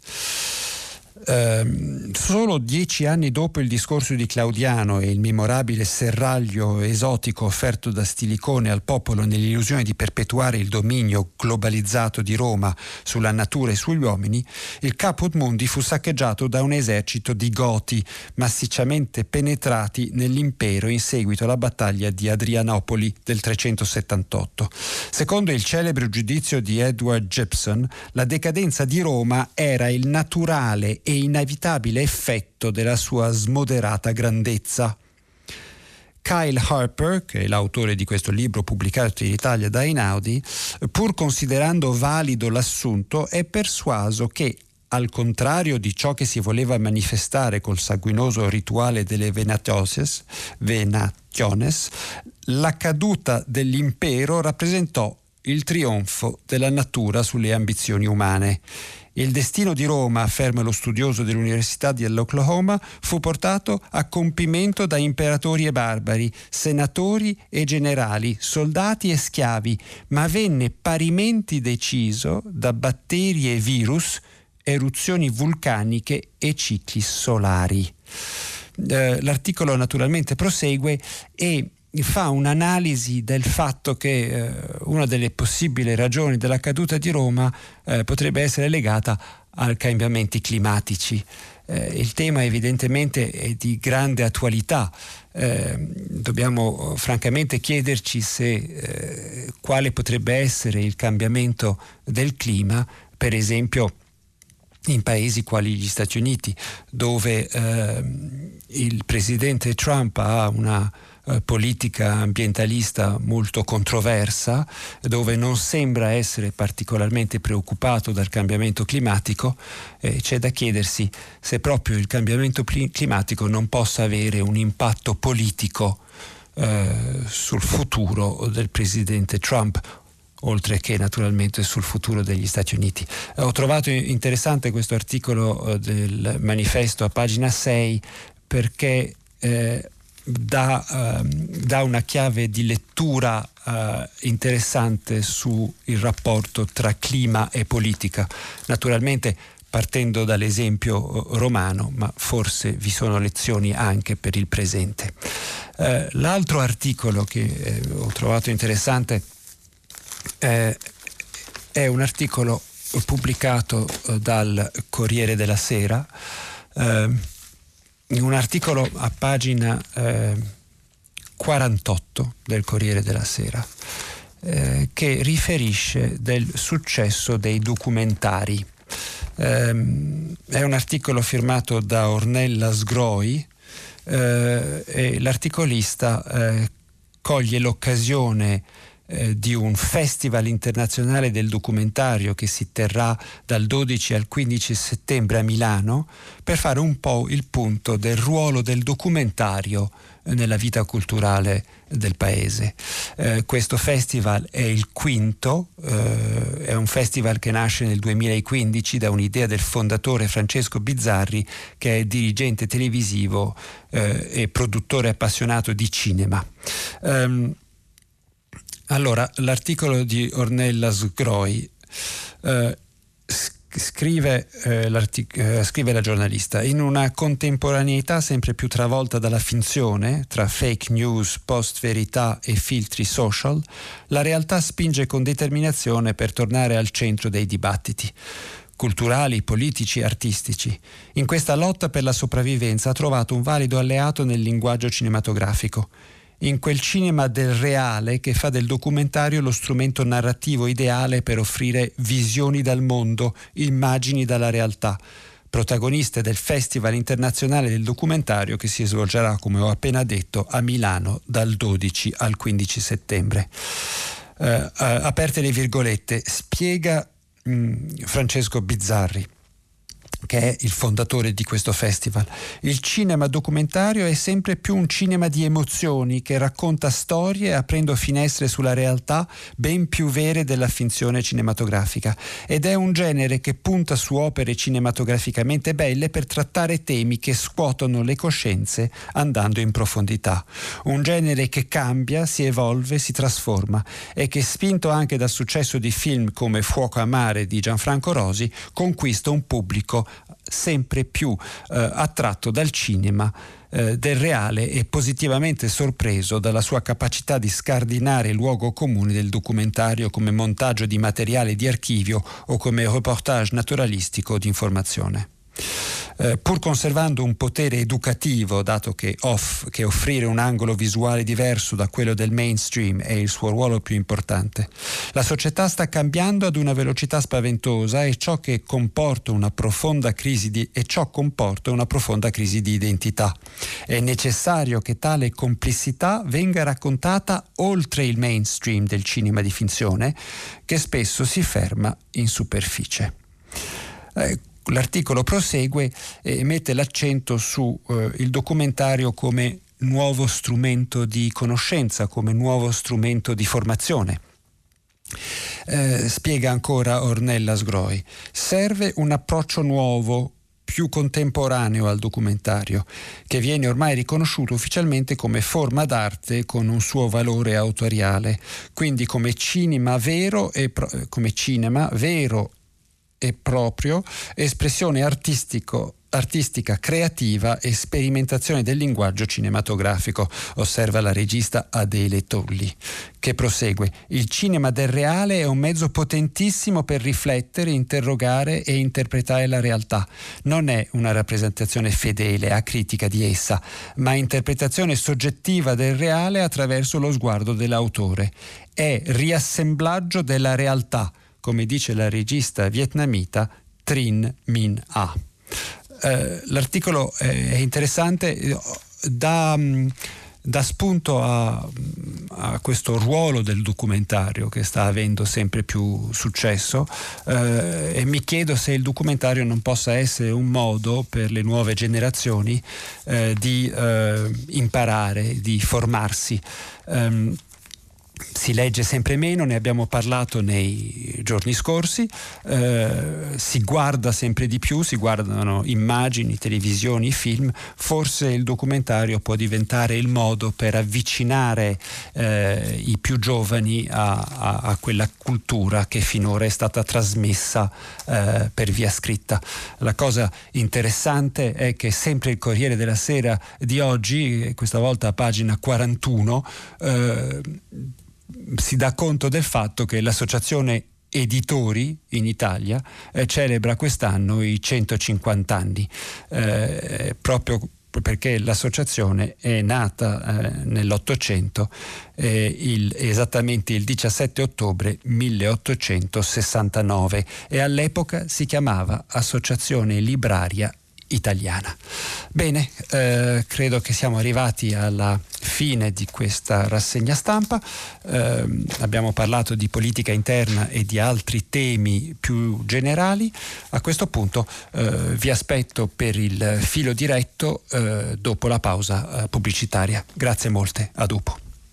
[SPEAKER 2] Uh, solo dieci anni dopo il discorso di Claudiano e il memorabile serraglio esotico offerto da Stilicone al popolo nell'illusione di perpetuare il dominio globalizzato di Roma sulla natura e sugli uomini, il Caput Mundi fu saccheggiato da un esercito di Goti massicciamente penetrati nell'impero in seguito alla battaglia di Adrianopoli del trecentosettantotto. Secondo il celebre giudizio di Edward Gibson, la decadenza di Roma era il naturale e inevitabile effetto della sua smoderata grandezza. Kyle Harper, che è l'autore di questo libro pubblicato in Italia da Einaudi, pur considerando valido l'assunto, è persuaso che, al contrario di ciò che si voleva manifestare col sanguinoso rituale delle Venationes, Venationes, la caduta dell'impero rappresentò il trionfo della natura sulle ambizioni umane. Il destino di Roma, afferma lo studioso dell'Università dell'Oklahoma, fu portato a compimento da imperatori e barbari, senatori e generali, soldati e schiavi, ma venne parimenti deciso da batteri e virus, eruzioni vulcaniche e cicli solari. Eh, l'articolo naturalmente prosegue e fa un'analisi del fatto che eh, una delle possibili ragioni della caduta di Roma eh, potrebbe essere legata ai cambiamenti climatici. Eh, il tema evidentemente è di grande attualità. Eh, dobbiamo francamente chiederci se eh, quale potrebbe essere il cambiamento del clima, per esempio in paesi quali gli Stati Uniti, dove eh, il presidente Trump ha una eh, politica ambientalista molto controversa, dove non sembra essere particolarmente preoccupato dal cambiamento climatico. Eh, c'è da chiedersi se proprio il cambiamento pli- climatico non possa avere un impatto politico eh, sul futuro del presidente Trump, oltre che naturalmente sul futuro degli Stati Uniti. Ho trovato interessante questo articolo del manifesto a pagina sei perché eh, dà, eh, dà una chiave di lettura eh, interessante sul rapporto tra clima e politica. Naturalmente partendo dall'esempio romano, ma forse vi sono lezioni anche per il presente. Eh, l'altro articolo che eh, ho trovato interessante Eh, è un articolo pubblicato eh, dal Corriere della Sera, eh, un articolo a pagina eh, quarantotto del Corriere della Sera, eh, che riferisce del successo dei documentari. Eh, è un articolo firmato da Ornella Sgroi eh, e l'articolista eh, coglie l'occasione di un festival internazionale del documentario che si terrà dal dodici al quindici settembre a Milano per fare un po' il punto del ruolo del documentario nella vita culturale del paese. Eh, questo festival è il quinto, eh, è un festival che nasce nel duemilaquindici da un'idea del fondatore Francesco Bizzarri, che è dirigente televisivo eh, e produttore appassionato di cinema. Um, Allora, l'articolo di Ornella Sgroi eh, scrive, eh, eh, scrive la giornalista: in una contemporaneità sempre più travolta dalla finzione, tra fake news, post-verità e filtri social, la realtà spinge con determinazione per tornare al centro dei dibattiti culturali, politici e artistici. In questa lotta per la sopravvivenza ha trovato un valido alleato nel linguaggio cinematografico, in quel cinema del reale che fa del documentario lo strumento narrativo ideale per offrire visioni dal mondo, immagini dalla realtà. Protagoniste del Festival Internazionale del Documentario che si svolgerà, come ho appena detto, a Milano dal dodici al quindici settembre. Eh, eh, aperte le virgolette, spiega mh, Francesco Bizzarri, che è il fondatore di questo festival. Il cinema documentario è sempre più un cinema di emozioni che racconta storie aprendo finestre sulla realtà ben più vere della finzione cinematografica, ed è un genere che punta su opere cinematograficamente belle per trattare temi che scuotono le coscienze andando in profondità. Un genere che cambia, si evolve, si trasforma e che, spinto anche dal successo di film come Fuoco a mare di Gianfranco Rosi, conquista un pubblico sempre più eh, attratto dal cinema eh, del reale e positivamente sorpreso dalla sua capacità di scardinare il luogo comune del documentario come montaggio di materiale di archivio o come reportage naturalistico di informazione. Eh, pur conservando un potere educativo, dato che, off, che offrire un angolo visuale diverso da quello del mainstream è il suo ruolo più importante. La società sta cambiando ad una velocità spaventosa e ciò che comporta una profonda crisi di, e ciò comporta una profonda crisi di identità. È necessario che tale complessità venga raccontata oltre il mainstream del cinema di finzione, che spesso si ferma in superficie. Eh, L'articolo prosegue e mette l'accento su eh, il documentario come nuovo strumento di conoscenza, come nuovo strumento di formazione. Eh, spiega ancora Ornella Sgroi: serve un approccio nuovo, più contemporaneo al documentario, che viene ormai riconosciuto ufficialmente come forma d'arte con un suo valore autoriale, quindi come cinema vero e pro- come cinema vero e proprio, espressione artistico, artistica creativa e sperimentazione del linguaggio cinematografico, osserva la regista Adele Tolli, che prosegue: il cinema del reale è un mezzo potentissimo per riflettere, interrogare e interpretare la realtà. Non è una rappresentazione fedele, acritica di essa, ma interpretazione soggettiva del reale attraverso lo sguardo dell'autore. È riassemblaggio della realtà, come dice la regista vietnamita Trinh Minh A. Eh, l'articolo è interessante, dà, dà spunto a, a questo ruolo del documentario che sta avendo sempre più successo, eh, e mi chiedo se il documentario non possa essere un modo per le nuove generazioni eh, di eh, imparare, di formarsi. Um, Si legge sempre meno, ne abbiamo parlato nei giorni scorsi, eh, si guarda sempre di più, si guardano immagini, televisioni, film. Forse il documentario può diventare il modo per avvicinare eh, i più giovani a, a, a quella cultura che finora è stata trasmessa eh, per via scritta. La cosa interessante è che sempre il Corriere della Sera di oggi, questa volta a pagina quarantuno, eh, si dà conto del fatto che l'associazione Editori in Italia eh, celebra quest'anno i centocinquanta anni, eh, proprio perché l'associazione è nata eh, nell'Ottocento, eh, il, esattamente il diciassette ottobre milleottocentosessantanove, e all'epoca si chiamava Associazione Libraria Italiana. Bene, eh, credo che siamo arrivati alla fine di questa rassegna stampa. Eh, abbiamo parlato di politica interna e di altri temi più generali. A questo punto eh, vi aspetto per il filo diretto eh, dopo la pausa eh, pubblicitaria. Grazie molte, a dopo.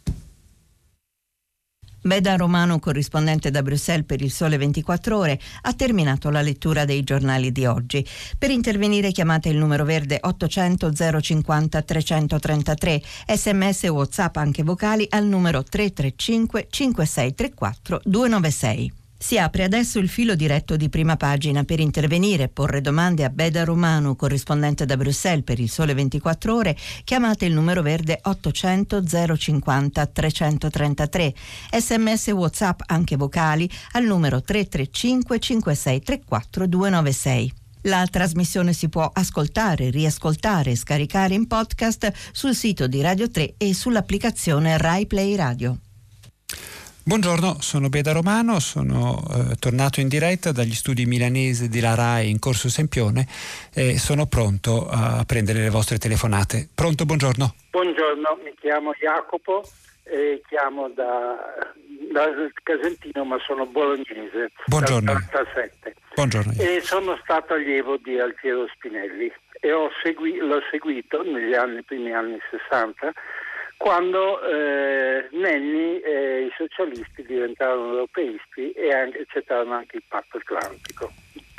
[SPEAKER 1] Beda Romano, corrispondente da Bruxelles per il Sole ventiquattro Ore, ha terminato la lettura dei giornali di oggi. Per intervenire chiamate il numero verde ottocento zero cinquanta trecentotrentatré, sms e WhatsApp anche vocali al numero tre tre cinque cinque sei tre quattro due nove sei. Si apre adesso il filo diretto di Prima Pagina. Per intervenire e porre domande a Beda Romano, corrispondente da Bruxelles per il Sole ventiquattro Ore, chiamate il numero verde ottocento zero cinquanta trecentotrentatré, sms e WhatsApp anche vocali al numero tre tre cinque cinque sei tre quattro due nove sei. La trasmissione si può ascoltare, riascoltare e scaricare in podcast sul sito di Radio tre e sull'applicazione Rai Play Radio.
[SPEAKER 2] Buongiorno, sono Beda Romano, sono eh, tornato in diretta dagli studi milanesi della Rai in Corso Sempione e sono pronto a prendere le vostre telefonate. Pronto, buongiorno.
[SPEAKER 3] Buongiorno, mi chiamo Jacopo e chiamo da da Casentino, ma sono bolognese.
[SPEAKER 2] Buongiorno.
[SPEAKER 3] Dal quarantasette.
[SPEAKER 2] Buongiorno.
[SPEAKER 3] E sono stato allievo di Altiero Spinelli e ho segui- l'ho seguito negli anni, primi anni sessanta, quando eh, Nenni e i socialisti diventarono europeisti e anche, accettarono anche il patto atlantico.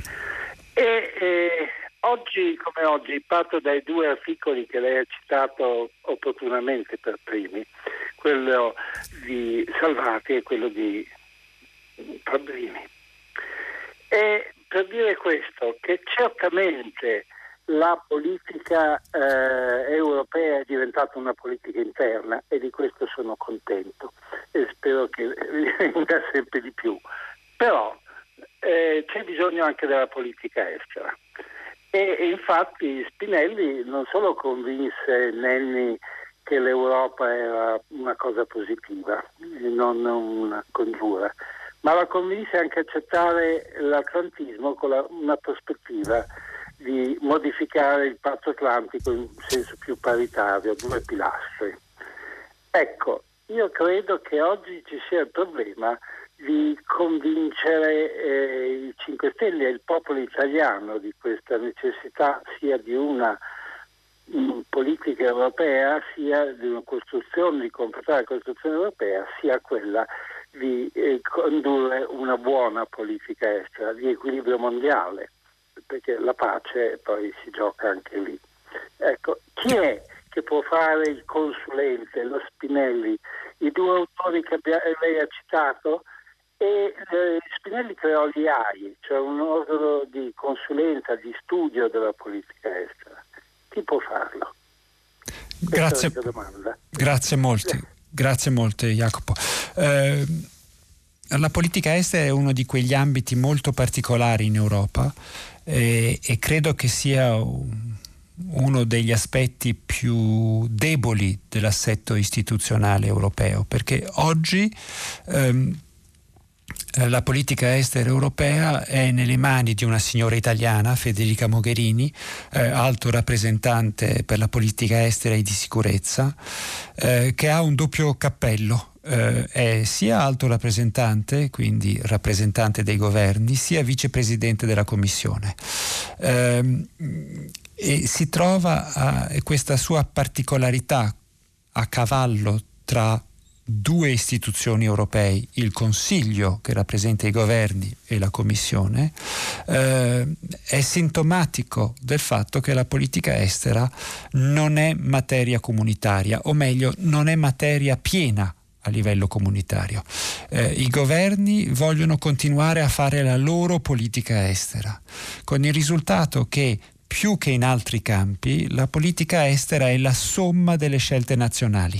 [SPEAKER 3] E eh, oggi come oggi parto dai due articoli che lei ha citato opportunamente per primi, quello di Salvati e quello di Fabbrini. E per dire questo, che certamente la politica eh, europea è diventata una politica interna e di questo sono contento e spero che venga sempre di più, però eh, c'è bisogno anche della politica estera e, e infatti Spinelli non solo convinse Nenni che l'Europa era una cosa positiva, non una congiura, ma la convinse anche a accettare l'atlantismo con la, una prospettiva di modificare il patto atlantico in senso più paritario, due pilastri. Ecco, io credo che oggi ci sia il problema di convincere eh, i cinque Stelle e il popolo italiano di questa necessità sia di una mh, politica europea, sia di una costruzione, di completare la costruzione europea, sia quella di eh, condurre una buona politica estera, di equilibrio mondiale, perché la pace poi si gioca anche lì. Ecco, chi è che può fare il consulente, lo Spinelli, i due autori che abbia, lei ha citato? E eh, Spinelli creò l'I A I, cioè un organo di consulenza, di studio della politica estera. Chi può farlo?
[SPEAKER 2] Grazie,
[SPEAKER 3] Questa è la domanda.
[SPEAKER 2] Grazie molte, grazie molte Jacopo. Eh, la politica estera è uno di quegli ambiti molto particolari in Europa eh, e credo che sia un, uno degli aspetti più deboli dell'assetto istituzionale europeo, perché oggi ehm, la politica estera europea è nelle mani di una signora italiana, Federica Mogherini, eh, alto rappresentante per la politica estera e di sicurezza, eh, che ha un doppio cappello. Eh, è sia alto rappresentante, quindi rappresentante dei governi, sia vicepresidente della Commissione. Eh, e si trova a questa sua particolarità a cavallo tra due istituzioni europee, il Consiglio che rappresenta i governi e la Commissione, eh, è sintomatico del fatto che la politica estera non è materia comunitaria, o meglio non è materia piena a livello comunitario. Eh, i governi vogliono continuare a fare la loro politica estera, con il risultato che più che in altri campi la politica estera è la somma delle scelte nazionali.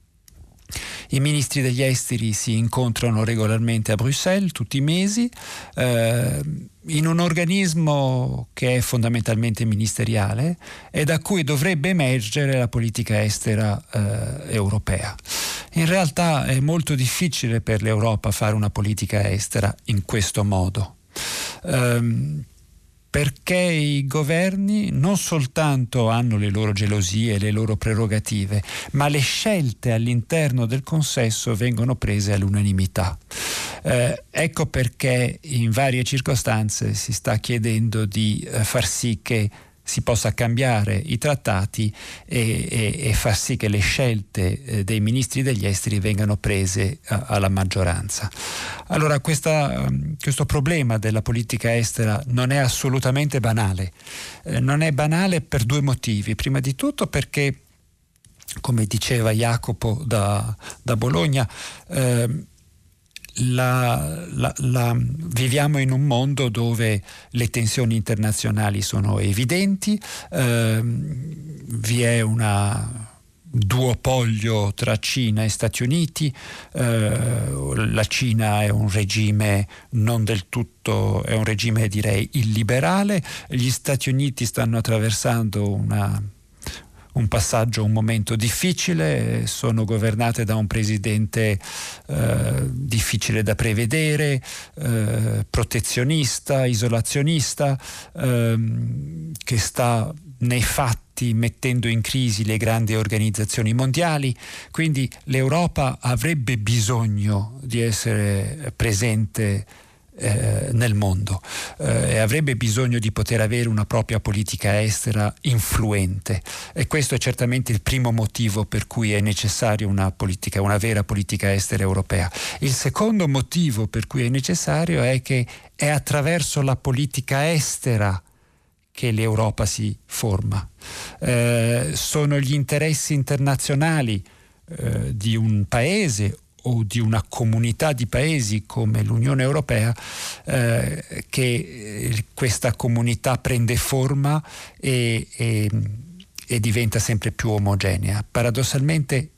[SPEAKER 2] I ministri degli esteri si incontrano regolarmente a Bruxelles tutti i mesi eh, in un organismo che è fondamentalmente ministeriale e da cui dovrebbe emergere la politica estera eh, europea. In realtà è molto difficile per l'Europa fare una politica estera in questo modo. Um, perché i governi non soltanto hanno le loro gelosie e le loro prerogative, ma le scelte all'interno del consesso vengono prese all'unanimità. Eh, ecco perché in varie circostanze si sta chiedendo di eh, far sì che si possa cambiare i trattati e, e, e far sì che le scelte eh, dei ministri degli esteri vengano prese a, alla maggioranza. Allora questa, questo problema della politica estera non è assolutamente banale. Eh, non è banale per due motivi. Prima di tutto perché, come diceva Jacopo da, da Bologna, eh, La, la, la, viviamo in un mondo dove le tensioni internazionali sono evidenti, eh, vi è una duopolio tra Cina e Stati Uniti, eh, la Cina è un regime non del tutto, è un regime direi illiberale, gli Stati Uniti stanno attraversando una un passaggio, un momento difficile, sono governate da un presidente eh, difficile da prevedere, eh, protezionista, isolazionista, ehm, che sta nei fatti avanti mettendo in crisi le grandi organizzazioni mondiali, quindi l'Europa avrebbe bisogno di essere presente eh, nel mondo eh, e avrebbe bisogno di poter avere una propria politica estera influente, e questo è certamente il primo motivo per cui è necessaria una politica, una vera politica estera europea. Il secondo motivo per cui è necessario è che è attraverso la politica estera che l'Europa si forma. Eh, sono gli interessi internazionali eh, di un paese o di una comunità di paesi come l'Unione Europea eh, che questa comunità prende forma e, e, e diventa sempre più omogenea. Paradossalmente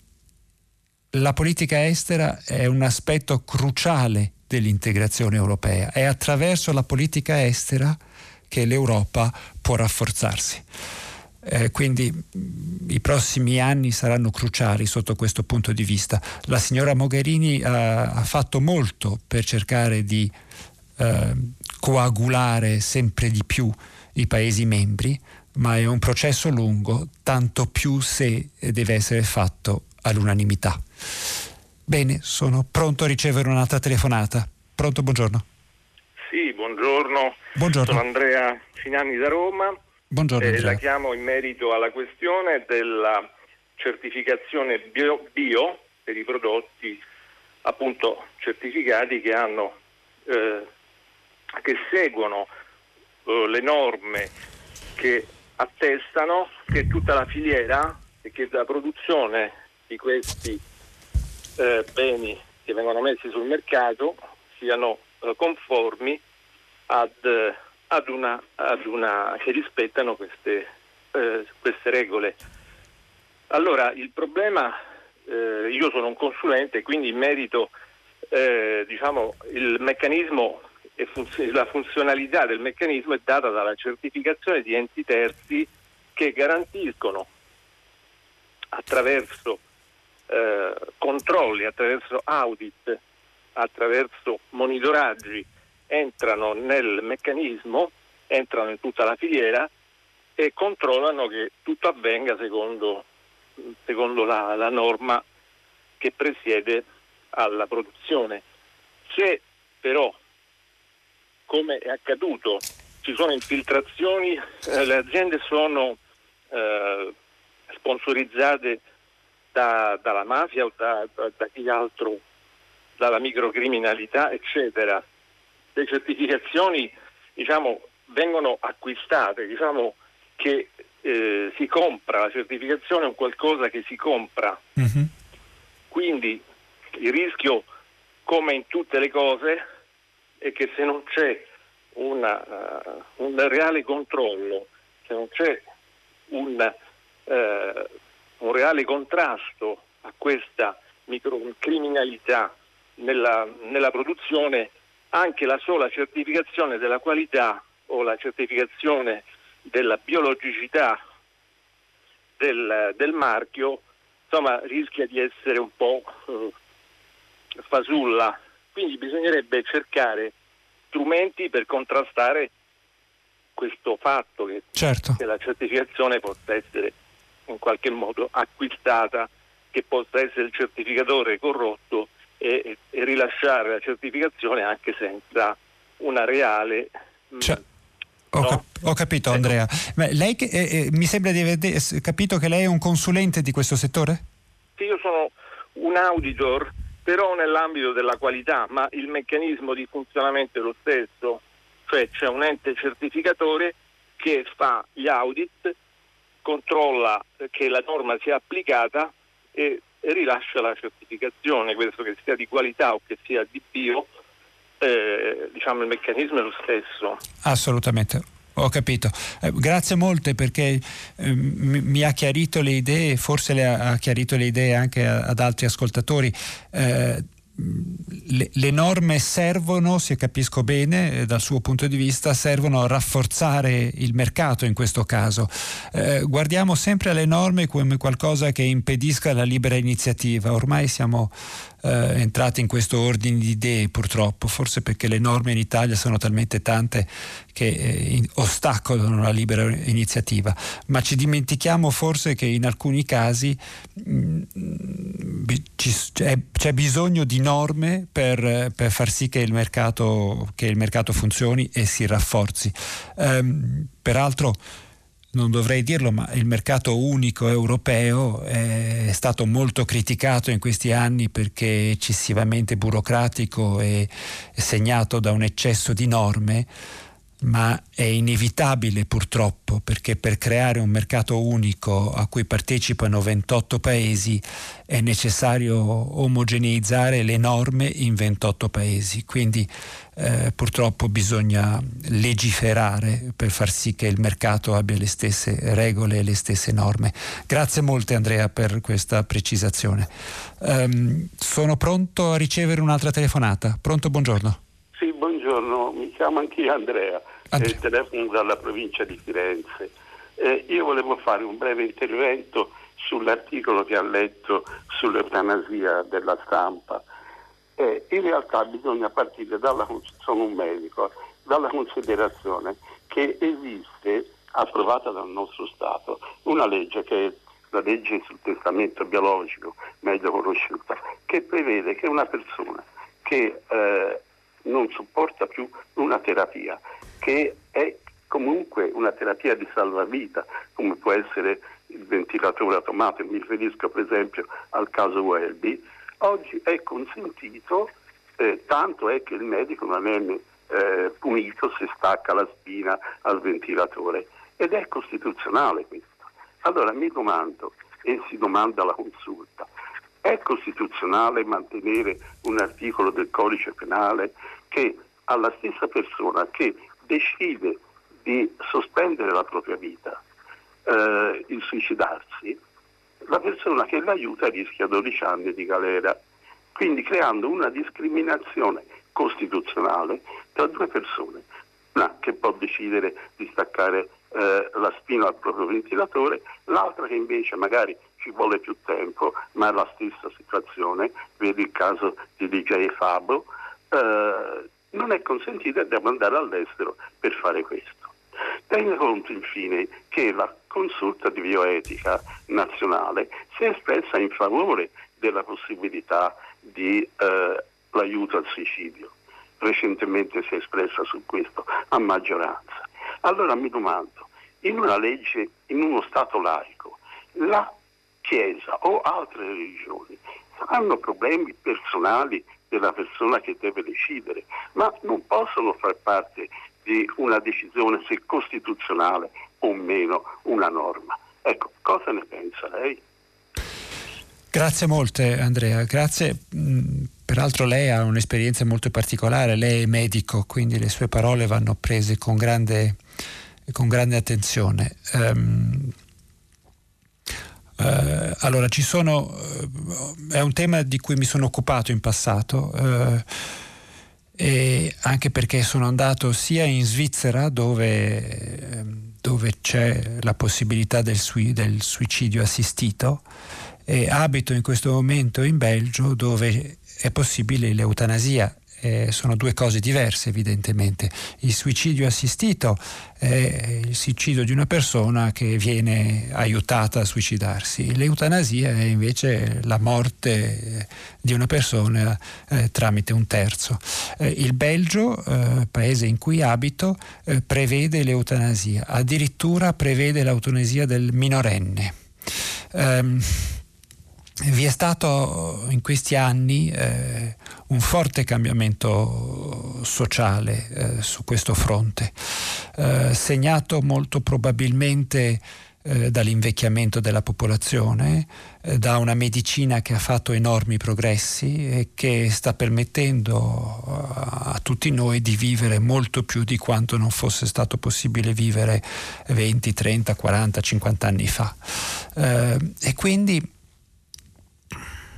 [SPEAKER 2] la politica estera è un aspetto cruciale dell'integrazione europea. È attraverso la politica estera che l'Europa può rafforzarsi. Eh, quindi i prossimi anni saranno cruciali sotto questo punto di vista. La signora Mogherini ha, ha fatto molto per cercare di eh, coagulare sempre di più i Paesi membri, ma è un processo lungo, tanto più se deve essere fatto all'unanimità. Bene, sono pronto a ricevere un'altra telefonata. Pronto, buongiorno.
[SPEAKER 4] Sì, buongiorno.
[SPEAKER 2] Buongiorno.
[SPEAKER 4] Sono Andrea Finani da Roma.
[SPEAKER 2] Buongiorno.
[SPEAKER 4] Eh,
[SPEAKER 2] Andrea.
[SPEAKER 4] la chiamo in merito alla questione della certificazione bio, bio per i prodotti appunto certificati che hanno eh, che seguono eh, le norme che attestano che tutta la filiera e che la produzione di questi eh, beni che vengono messi sul mercato siano eh, conformi ad, eh, ad, una, ad una che rispettano queste, eh, queste regole. Allora il problema, eh, io sono un consulente, quindi in merito eh, diciamo il meccanismo e funz- la funzionalità del meccanismo è data dalla certificazione di enti terzi che garantiscono attraverso eh, controlli, attraverso audit, attraverso monitoraggi, entrano nel meccanismo, entrano in tutta la filiera e controllano che tutto avvenga secondo, secondo la, la norma che presiede alla produzione. Se però, come è accaduto, ci sono infiltrazioni, eh, le aziende sono eh, sponsorizzate da, dalla mafia o da, da, da chi altro, dalla microcriminalità, eccetera. Le certificazioni, diciamo, vengono acquistate, diciamo che eh, si compra, la certificazione è un qualcosa che si compra. Mm-hmm. Quindi il rischio, come in tutte le cose, è che se non c'è una, uh, un reale controllo, se non c'è un, uh, un reale contrasto a questa microcriminalità nella, nella produzione, anche la sola certificazione della qualità o la certificazione della biologicità del, del marchio, insomma, rischia di essere un po' uh, fasulla. Quindi bisognerebbe cercare strumenti per contrastare questo fatto che, certo. che la certificazione possa essere in qualche modo acquistata, che possa essere il certificatore corrotto e, e rilasciare la certificazione anche senza una reale...
[SPEAKER 2] Cioè, ho, no? cap- ho capito, ecco. Andrea. Ma lei che, eh, mi sembra di aver de- capito che lei è un consulente di questo settore?
[SPEAKER 4] Sì, io sono un auditor, però nell'ambito della qualità, ma il meccanismo di funzionamento è lo stesso, cioè c'è un ente certificatore che fa gli audit, controlla che la norma sia applicata e, e rilascia la certificazione, questo che sia di qualità o che sia di bio, eh, diciamo il meccanismo è lo stesso.
[SPEAKER 2] Assolutamente. Ho capito, eh, grazie molte perché eh, mi, mi ha chiarito le idee, forse le ha, ha chiarito le idee anche a, ad altri ascoltatori. Eh, le, le norme servono, se capisco bene, eh, dal suo punto di vista, servono a rafforzare il mercato in questo caso. Eh, guardiamo sempre alle norme come qualcosa che impedisca la libera iniziativa. Ormai siamo eh, entrati in questo ordine di idee, purtroppo, forse perché le norme in Italia sono talmente tante che eh, ostacolano la libera iniziativa, ma ci dimentichiamo forse che in alcuni casi mh, ci, c'è, c'è bisogno di norme per, per far sì che il mercato, che il mercato funzioni e si rafforzi. Um, peraltro non dovrei dirlo, ma il mercato unico europeo è stato molto criticato in questi anni perché eccessivamente burocratico e segnato da un eccesso di norme, ma è inevitabile purtroppo, perché per creare un mercato unico a cui partecipano ventotto paesi è necessario omogeneizzare le norme in ventotto paesi, quindi eh, purtroppo bisogna legiferare per far sì che il mercato abbia le stesse regole e le stesse norme. Grazie molte Andrea per questa precisazione. Um, sono pronto a ricevere un'altra telefonata. Pronto, buongiorno.
[SPEAKER 5] Sì, buongiorno, mi chiamo anch'io Andrea,
[SPEAKER 2] Andrea.
[SPEAKER 5] Eh, telefono dalla provincia di Firenze. Eh, io volevo fare un breve intervento sull'articolo che ha letto sull'eutanasia della stampa. Eh, in realtà bisogna partire dalla, sono un medico, dalla considerazione che esiste, approvata dal nostro Stato, una legge che è la legge sul testamento biologico, meglio conosciuta, che prevede che una persona che eh, non sopporta più una terapia, che è comunque una terapia di salvavita, come può essere il ventilatore automatico, mi riferisco per esempio al caso Welby, oggi è consentito, eh, tanto è che il medico non è eh, punito se stacca la spina al ventilatore, ed è costituzionale questo. Allora mi domando, e si domanda la consulta, è costituzionale mantenere un articolo del codice penale che alla stessa persona che decide di sospendere la propria vita, eh, il suicidarsi, la persona che l'aiuta rischia dodici anni di galera, quindi creando una discriminazione costituzionale tra due persone, una che può decidere di staccare eh, la spina al proprio ventilatore, l'altra che invece magari ci vuole più tempo, ma è la stessa situazione, vedi il caso di D J Fabo, eh, non è consentito e devo andare all'estero per fare questo. Tenga conto infine che la consulta di bioetica nazionale si è espressa in favore della possibilità di eh, l'aiuto al suicidio. Recentemente si è espressa su questo a maggioranza. Allora mi domando, in una legge, in uno Stato laico, la Chiesa o altre religioni hanno problemi personali della persona che deve decidere, ma non possono far parte di una decisione se costituzionale o meno una norma. Ecco, cosa ne pensa lei?
[SPEAKER 2] Grazie molte Andrea, grazie. Peraltro lei ha un'esperienza molto particolare, lei è medico, quindi le sue parole vanno prese con grande, con grande attenzione. Um, Uh, allora ci sono uh, è un tema di cui mi sono occupato in passato uh, e anche perché sono andato sia in Svizzera dove, dove c'è la possibilità del, sui, del suicidio assistito, e abito in questo momento in Belgio dove è possibile l'eutanasia. Eh, sono due cose diverse evidentemente. Il suicidio assistito è il suicidio di una persona che viene aiutata a suicidarsi. L'eutanasia è invece la morte di una persona eh, tramite un terzo. Eh, il Belgio, eh, paese in cui abito, eh, prevede l'eutanasia, addirittura prevede l'eutanasia del minorenne. Um, Vi è stato in questi anni eh, un forte cambiamento sociale eh, su questo fronte, eh, segnato molto probabilmente eh, dall'invecchiamento della popolazione, eh, da una medicina che ha fatto enormi progressi e che sta permettendo a, a tutti noi di vivere molto più di quanto non fosse stato possibile vivere venti, trenta, quaranta, cinquanta anni fa. Eh, e quindi E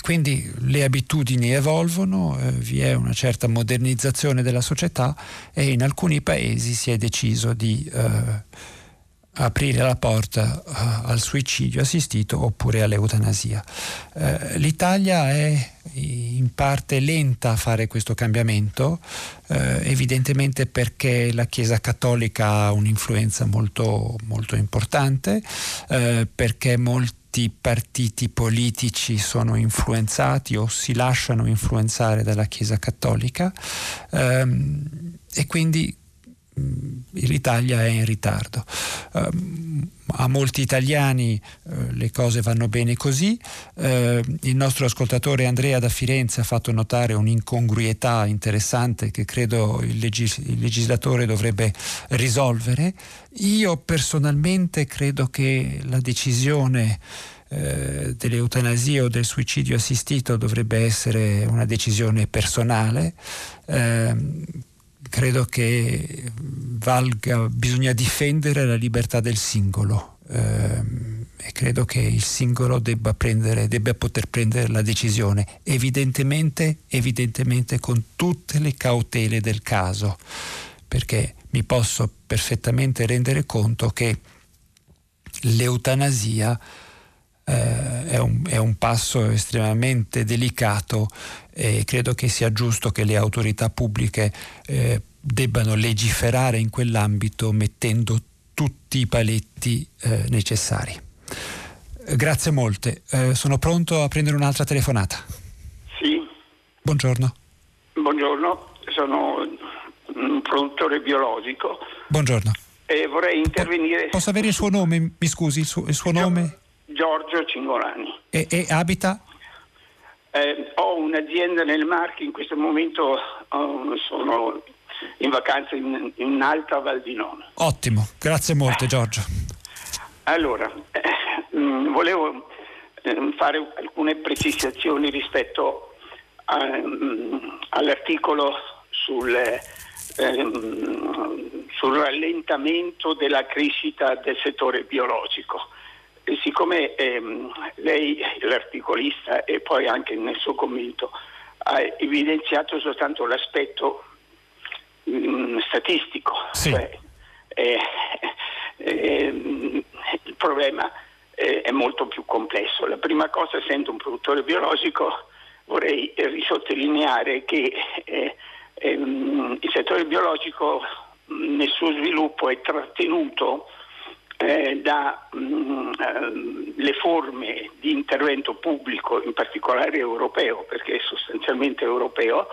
[SPEAKER 2] quindi le abitudini evolvono, eh, vi è una certa modernizzazione della società e in alcuni paesi si è deciso di eh, aprire la porta uh, al suicidio assistito oppure all'eutanasia. Uh, L'Italia è in parte lenta a fare questo cambiamento, uh, evidentemente perché la Chiesa Cattolica ha un'influenza molto, molto importante, uh, perché molti partiti politici sono influenzati o si lasciano influenzare dalla Chiesa Cattolica, uh, e quindi l'Italia è in ritardo. Uh, a molti italiani uh, le cose vanno bene così. Uh, il nostro ascoltatore Andrea da Firenze ha fatto notare un'incongruità interessante che credo il, legis- il legislatore dovrebbe risolvere. Io personalmente credo che la decisione uh, dell'eutanasia o del suicidio assistito dovrebbe essere una decisione personale. Uh, Credo che valga, bisogna difendere la libertà del singolo ehm, e credo che il singolo debba prendere, debba poter prendere la decisione, evidentemente, evidentemente con tutte le cautele del caso, perché mi posso perfettamente rendere conto che l'eutanasia eh, è, un, è un passo estremamente delicato e credo che sia giusto che le autorità pubbliche eh, debbano legiferare in quell'ambito mettendo tutti i paletti eh, necessari. Grazie molte. Eh, sono pronto a prendere un'altra telefonata.
[SPEAKER 6] Sì.
[SPEAKER 2] Buongiorno.
[SPEAKER 6] Buongiorno, sono un produttore biologico.
[SPEAKER 2] Buongiorno.
[SPEAKER 6] E vorrei intervenire.
[SPEAKER 2] Posso avere il suo nome? Mi scusi, il suo, il suo nome?
[SPEAKER 6] Giorgio Cingolani.
[SPEAKER 2] E, e abita?
[SPEAKER 6] Eh, ho un'azienda nel Marche, in questo momento oh, sono in vacanza in, in Alta Val di Nono.
[SPEAKER 2] Ottimo, grazie molte Giorgio.
[SPEAKER 6] Allora, eh, mh, volevo eh, fare alcune precisazioni rispetto a, mh, all'articolo sul, eh, sul rallentamento della crescita del settore biologico. E siccome ehm, lei, l'articolista, e poi anche nel suo commento, ha evidenziato soltanto l'aspetto mh, statistico,
[SPEAKER 2] sì.
[SPEAKER 6] Cioè, eh, eh, il problema eh, è molto più complesso. La prima cosa, essendo un produttore biologico, vorrei eh, risottolineare che eh, ehm, il settore biologico mh, nel suo sviluppo è trattenuto Eh, da mh, eh, le forme di intervento pubblico, in particolare europeo, perché è sostanzialmente europeo,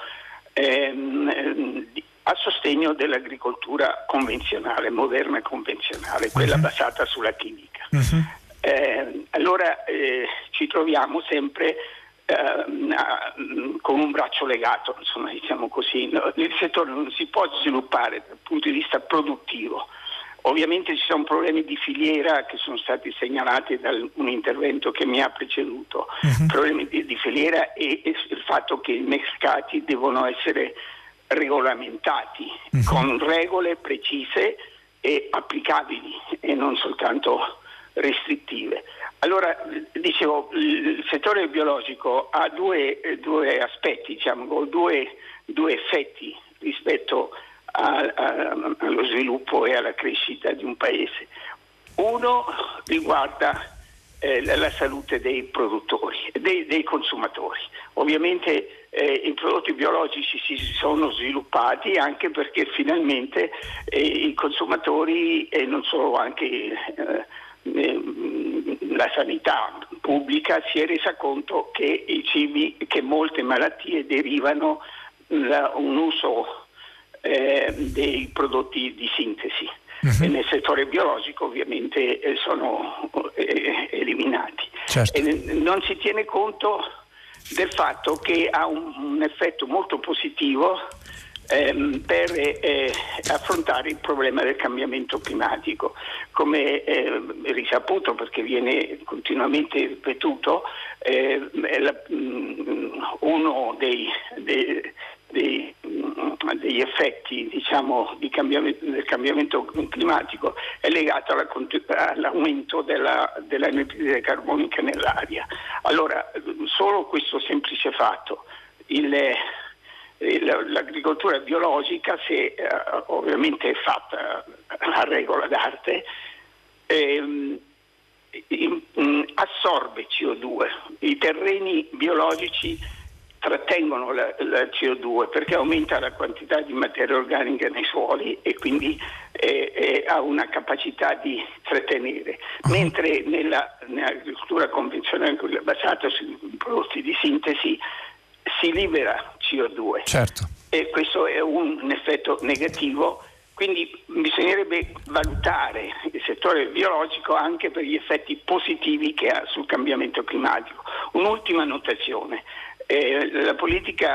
[SPEAKER 6] ehm, a sostegno dell'agricoltura convenzionale, moderna e convenzionale, quella uh-huh. basata sulla chimica. Uh-huh. Eh, allora eh, ci troviamo sempre eh, a, con un braccio legato, insomma, diciamo così. No, il settore non si può sviluppare dal punto di vista produttivo. Ovviamente ci sono problemi di filiera che sono stati segnalati da un intervento che mi ha preceduto, uh-huh. problemi di, di filiera e, e il fatto che i mercati devono essere regolamentati uh-huh. con regole precise e applicabili e non soltanto restrittive. Allora, dicevo, il settore biologico ha due, due aspetti, diciamo, due, due effetti rispetto A, a, allo sviluppo e alla crescita di un paese. Uno riguarda eh, la, la salute dei produttori, dei, dei consumatori. Ovviamente eh, i prodotti biologici si sono sviluppati anche perché finalmente eh, i consumatori e non solo anche eh, eh, la sanità pubblica si è resa conto che i cibi, che molte malattie derivano da un uso Eh, dei prodotti di sintesi uh-huh. e nel settore biologico ovviamente eh, sono eh, eliminati.
[SPEAKER 2] Certo.
[SPEAKER 6] E non si tiene conto del fatto che ha un, un effetto molto positivo ehm, per eh, affrontare il problema del cambiamento climatico. Come eh, risaputo, perché viene continuamente ripetuto, eh, la, mh, uno dei, dei dei, degli effetti, diciamo, di cambiamento, del cambiamento climatico è legato alla, all'aumento della, dell'anidride carbonica nell'aria. Allora, solo questo semplice fatto, il, l'agricoltura biologica, se eh, ovviamente è fatta a regola d'arte, ehm, assorbe C O due. I terreni biologici trattengono la, la C O due perché aumenta la quantità di materia organica nei suoli e quindi eh, eh, ha una capacità di trattenere, mentre nella, nell'agricoltura convenzionale basata sui prodotti di sintesi si libera C O due.
[SPEAKER 2] Certo.
[SPEAKER 6] E questo è un, un effetto negativo, quindi bisognerebbe valutare il settore biologico anche per gli effetti positivi che ha sul cambiamento climatico. Un'ultima notazione. Eh, la politica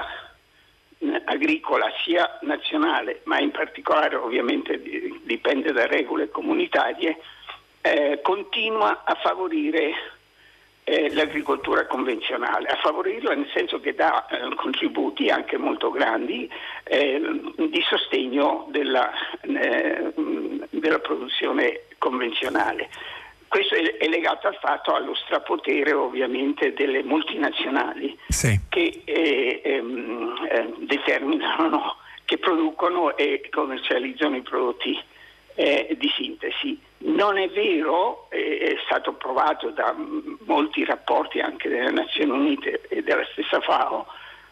[SPEAKER 6] agricola sia nazionale, ma in particolare ovviamente dipende da regole comunitarie, eh, continua a favorire eh, l'agricoltura convenzionale, a favorirla nel senso che dà eh, contributi anche molto grandi eh, di sostegno della, eh, della produzione convenzionale. Questo è legato al fatto, allo strapotere ovviamente delle multinazionali, sì, che eh, ehm, eh, determinano, che producono e commercializzano i prodotti eh, di sintesi. Non è vero, eh, è stato provato da molti rapporti anche delle Nazioni Unite e della stessa FAO,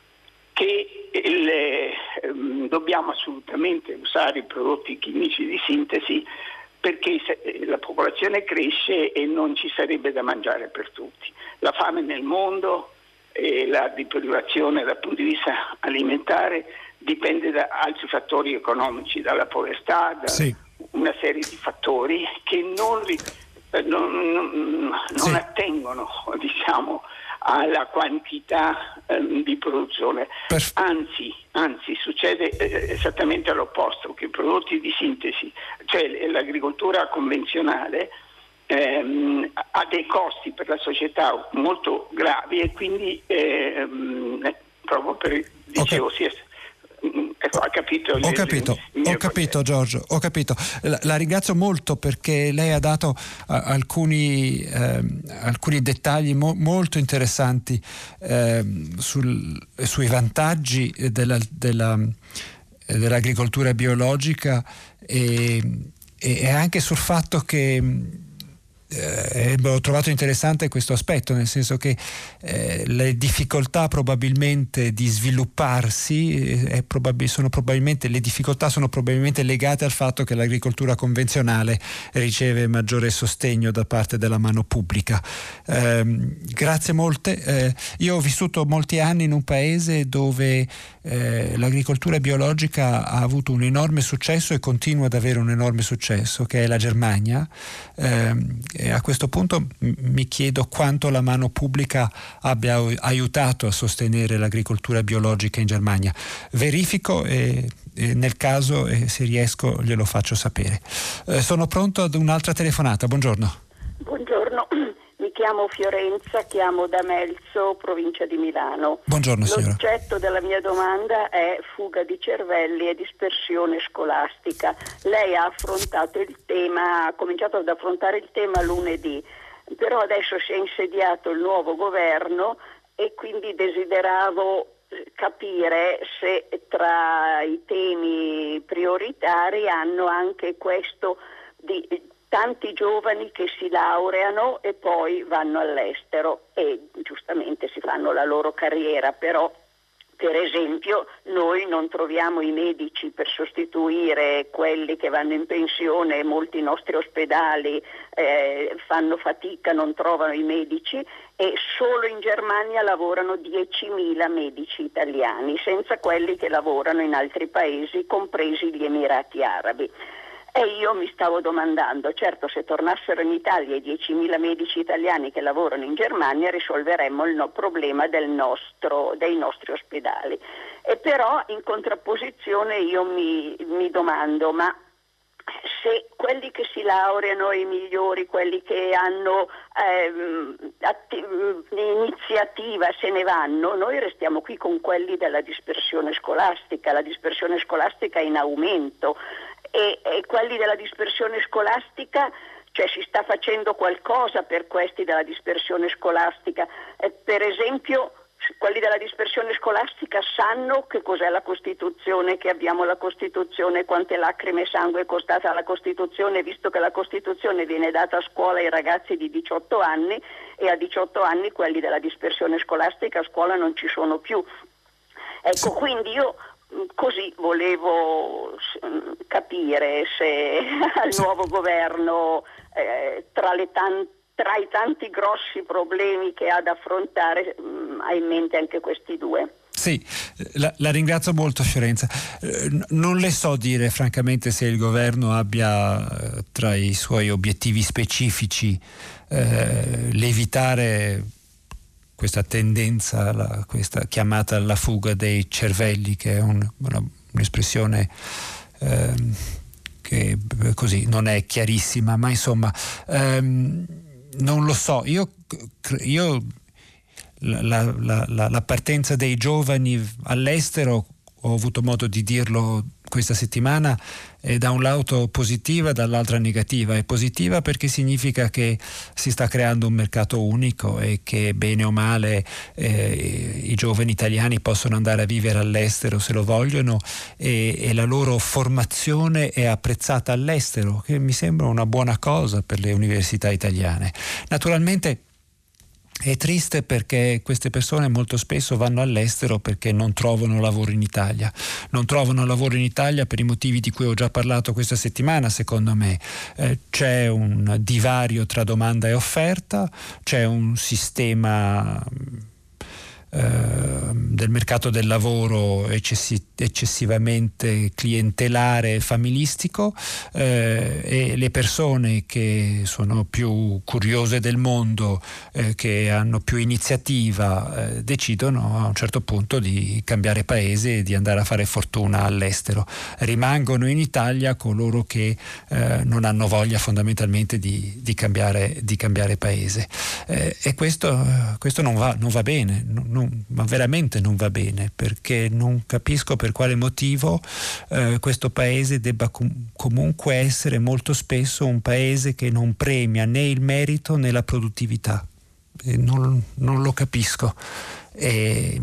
[SPEAKER 6] che il, eh, dobbiamo assolutamente usare i prodotti chimici di sintesi perché la popolazione cresce e non ci sarebbe da mangiare per tutti. La fame nel mondo e la deprivazione dal punto di vista alimentare dipende da altri fattori economici, dalla povertà, da sì. una serie di fattori che non, non, non, non sì. attengono, diciamo, alla quantità eh, di produzione. Perf- anzi, anzi, succede eh, esattamente all'opposto, che i prodotti di sintesi, cioè l'agricoltura convenzionale, ehm, ha dei costi per la società molto gravi e quindi ehm, proprio per, dicevo, okay. si è Ecco, ha capito,
[SPEAKER 2] ho capito, il, il ho capito Giorgio, ho capito. La, la ringrazio molto perché lei ha dato uh, alcuni, eh, alcuni dettagli mo- molto interessanti eh, sul, sui vantaggi della, della, dell'agricoltura biologica e, e anche sul fatto che Eh, ho trovato interessante questo aspetto, nel senso che eh, le difficoltà probabilmente di svilupparsi eh, probabil- sono probabilmente le difficoltà sono probabilmente legate al fatto che l'agricoltura convenzionale riceve maggiore sostegno da parte della mano pubblica. Eh, grazie molte. Eh, io ho vissuto molti anni in un paese dove eh, l'agricoltura biologica ha avuto un enorme successo e continua ad avere un enorme successo, che è la Germania. Eh, E a questo punto mi chiedo quanto la mano pubblica abbia aiutato a sostenere l'agricoltura biologica in Germania. Verifico e, e nel caso, e se riesco, glielo faccio sapere. Eh, sono pronto ad un'altra telefonata. Buongiorno.
[SPEAKER 7] Buongiorno, mi chiamo Fiorenza, chiamo da Melzo, provincia di Milano.
[SPEAKER 2] Buongiorno signora.
[SPEAKER 7] L'oggetto della mia domanda è fuga di cervelli e dispersione scolastica. Lei ha affrontato il tema, ha cominciato ad affrontare il tema lunedì, però adesso si è insediato il nuovo governo e quindi desideravo capire se tra i temi prioritari hanno anche questo di tanti giovani che si laureano e poi vanno all'estero e giustamente si fanno la loro carriera, però per esempio noi non troviamo i medici per sostituire quelli che vanno in pensione, molti nostri ospedali eh, fanno fatica, non trovano i medici e solo in Germania lavorano diecimila medici italiani, senza quelli che lavorano in altri paesi, compresi gli Emirati Arabi. E io mi stavo domandando, certo, se tornassero in Italia i diecimila medici italiani che lavorano in Germania risolveremmo il no problema del nostro, dei nostri ospedali. E però in contrapposizione io mi, mi domando, ma se quelli che si laureano, i migliori, quelli che hanno ehm, atti- iniziativa se ne vanno, noi restiamo qui con quelli della dispersione scolastica. La dispersione scolastica è in aumento e, e quelli della dispersione scolastica, cioè si sta facendo qualcosa per questi della dispersione scolastica. Eh, per esempio quelli della dispersione scolastica sanno che cos'è la Costituzione, che abbiamo la Costituzione, quante lacrime e sangue è costata la Costituzione, visto che la Costituzione viene data a scuola ai ragazzi di diciotto anni e a diciotto anni quelli della dispersione scolastica a scuola non ci sono più. Ecco, quindi io così volevo capire se al nuovo governo eh, tra le tante Tra i tanti grossi problemi che ha da affrontare mh, ha in mente anche questi due.
[SPEAKER 2] Sì, la, la ringrazio molto Fiorenza. Eh, non le so dire francamente se il governo abbia eh, tra i suoi obiettivi specifici eh, l'evitare questa tendenza, la, questa chiamata alla fuga dei cervelli, che è un, una, un'espressione eh, che così non è chiarissima, ma insomma ehm, non lo so. Io, io la, la, la, la partenza dei giovani all'estero, ho avuto modo di dirlo questa settimana, è da un lato positiva, dall'altra negativa. È positiva perché significa che si sta creando un mercato unico e che bene o male eh, i giovani italiani possono andare a vivere all'estero se lo vogliono e, e la loro formazione è apprezzata all'estero, che mi sembra una buona cosa per le università italiane. Naturalmente è triste perché queste persone molto spesso vanno all'estero perché non trovano lavoro in Italia. Non trovano lavoro in Italia per i motivi di cui ho già parlato questa settimana, secondo me. Eh, c'è un divario tra domanda e offerta, c'è un sistema eh, del mercato del lavoro eccessi- eccessivamente clientelare e familistico eh, e le persone che sono più curiose del mondo, eh, che hanno più iniziativa, eh, decidono a un certo punto di cambiare paese e di andare a fare fortuna all'estero. Rimangono in Italia coloro che eh, non hanno voglia fondamentalmente di, di, cambiare, di cambiare paese. Eh, e questo, questo non va, non va bene, non, non, ma veramente non va bene, perché non capisco per quale motivo eh, questo paese debba com- comunque essere molto spesso un paese che non premia né il merito né la produttività. E non, non lo capisco. E,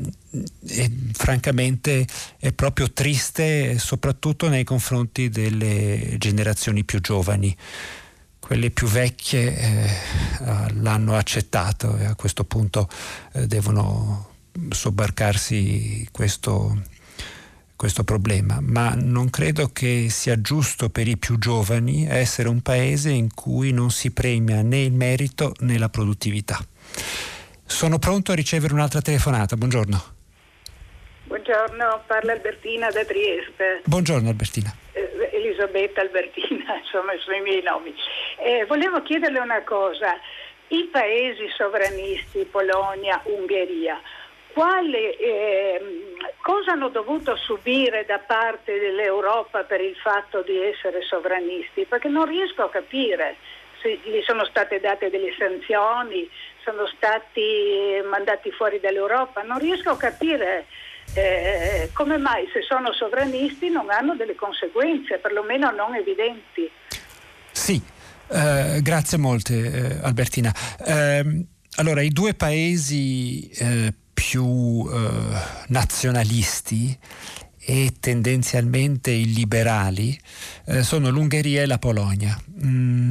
[SPEAKER 2] e francamente è proprio triste, soprattutto nei confronti delle generazioni più giovani. Quelle più vecchie eh, l'hanno accettato e a questo punto eh, devono sobbarcarsi questo, questo problema, ma non credo che sia giusto per i più giovani essere un paese in cui non si premia né il merito né la produttività. Sono pronto a ricevere un'altra telefonata. Buongiorno.
[SPEAKER 8] Buongiorno, parla Albertina da Trieste.
[SPEAKER 2] Buongiorno Albertina.
[SPEAKER 8] Eh, Elisabetta Albertina, insomma sono i miei nomi. Eh, volevo chiederle una cosa. I paesi sovranisti, Polonia, Ungheria, quale, eh, cosa hanno dovuto subire da parte dell'Europa per il fatto di essere sovranisti? Perché non riesco a capire se gli sono state date delle sanzioni, sono stati mandati fuori dall'Europa, non riesco a capire eh, come mai se sono sovranisti non hanno delle conseguenze, perlomeno non evidenti.
[SPEAKER 2] Sì, eh, grazie molte eh, Albertina. Eh, allora, i due paesi eh, più eh, nazionalisti e tendenzialmente illiberali eh, sono l'Ungheria e la Polonia. Mm,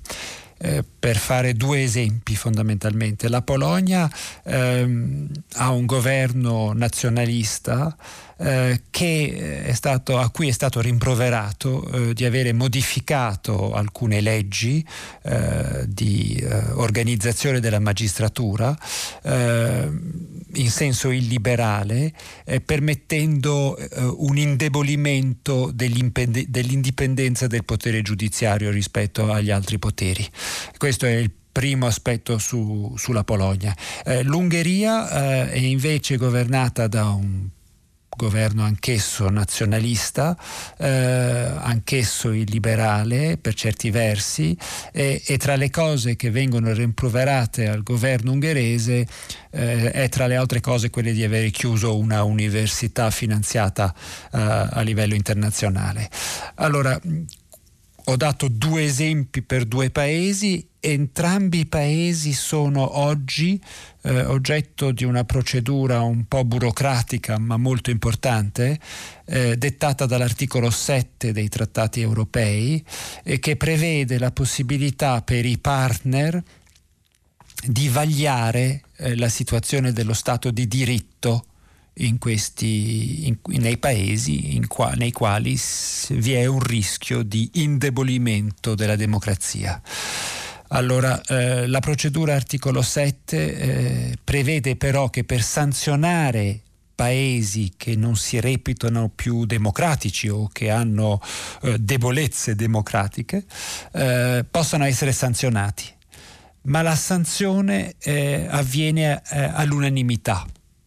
[SPEAKER 2] eh, per fare due esempi fondamentalmente, la Polonia ehm, ha un governo nazionalista eh, che è stato, a cui è stato rimproverato eh, di avere modificato alcune leggi eh, di eh, organizzazione della magistratura eh, in senso illiberale, eh, permettendo eh, un indebolimento dell'indipendenza del potere giudiziario rispetto agli altri poteri. Questo è il primo aspetto su, sulla Polonia. Eh, L'Ungheria eh, è invece governata da un governo anch'esso nazionalista, eh, anch'esso illiberale per certi versi, e, e tra le cose che vengono rimproverate al governo ungherese eh, è tra le altre cose quelle di aver chiuso una università finanziata eh, a livello internazionale. Allora, ho dato due esempi per due paesi. Entrambi i paesi sono oggi eh, oggetto di una procedura un po' burocratica ma molto importante, eh, dettata dall'articolo sette dei trattati europei, e che prevede la possibilità per i partner di vagliare eh, la situazione dello Stato di diritto in questi, in, nei paesi in qua, nei quali vi è un rischio di indebolimento della democrazia. Allora, eh, la procedura articolo sette eh, prevede però che per sanzionare paesi che non si reputano più democratici o che hanno eh, debolezze democratiche eh, possano essere sanzionati, ma la sanzione eh, avviene eh, all'unanimità.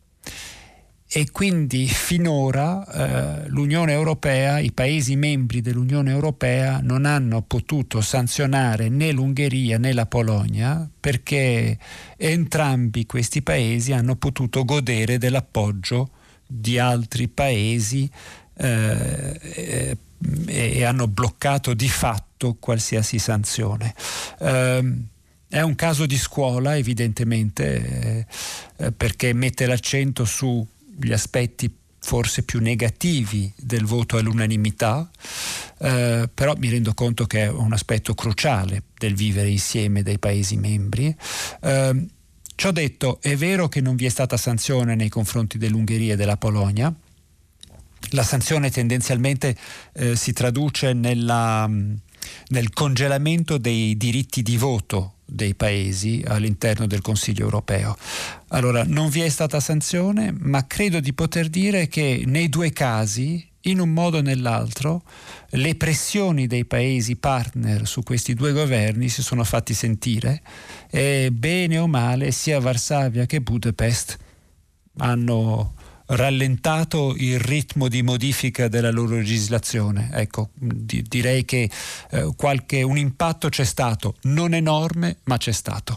[SPEAKER 2] E quindi finora eh, l'Unione Europea, i Paesi membri dell'Unione Europea non hanno potuto sanzionare né l'Ungheria né la Polonia, perché entrambi questi Paesi hanno potuto godere dell'appoggio di altri Paesi eh, e, e hanno bloccato di fatto qualsiasi sanzione. Eh, è un caso di scuola, evidentemente, eh, perché mette l'accento su gli aspetti forse più negativi del voto all'unanimità, eh, però mi rendo conto che è un aspetto cruciale del vivere insieme dei Paesi membri. Eh, ciò detto, è vero che non vi è stata sanzione nei confronti dell'Ungheria e della Polonia. La sanzione tendenzialmente eh, si traduce nella, nel congelamento dei diritti di voto dei paesi all'interno del Consiglio europeo. Allora, non vi è stata sanzione, ma credo di poter dire che nei due casi, in un modo o nell'altro, le pressioni dei paesi partner su questi due governi si sono fatti sentire, e bene o male sia Varsavia che Budapest hanno rallentato il ritmo di modifica della loro legislazione. Ecco, di, direi che eh, qualche un impatto c'è stato, non enorme, ma c'è stato.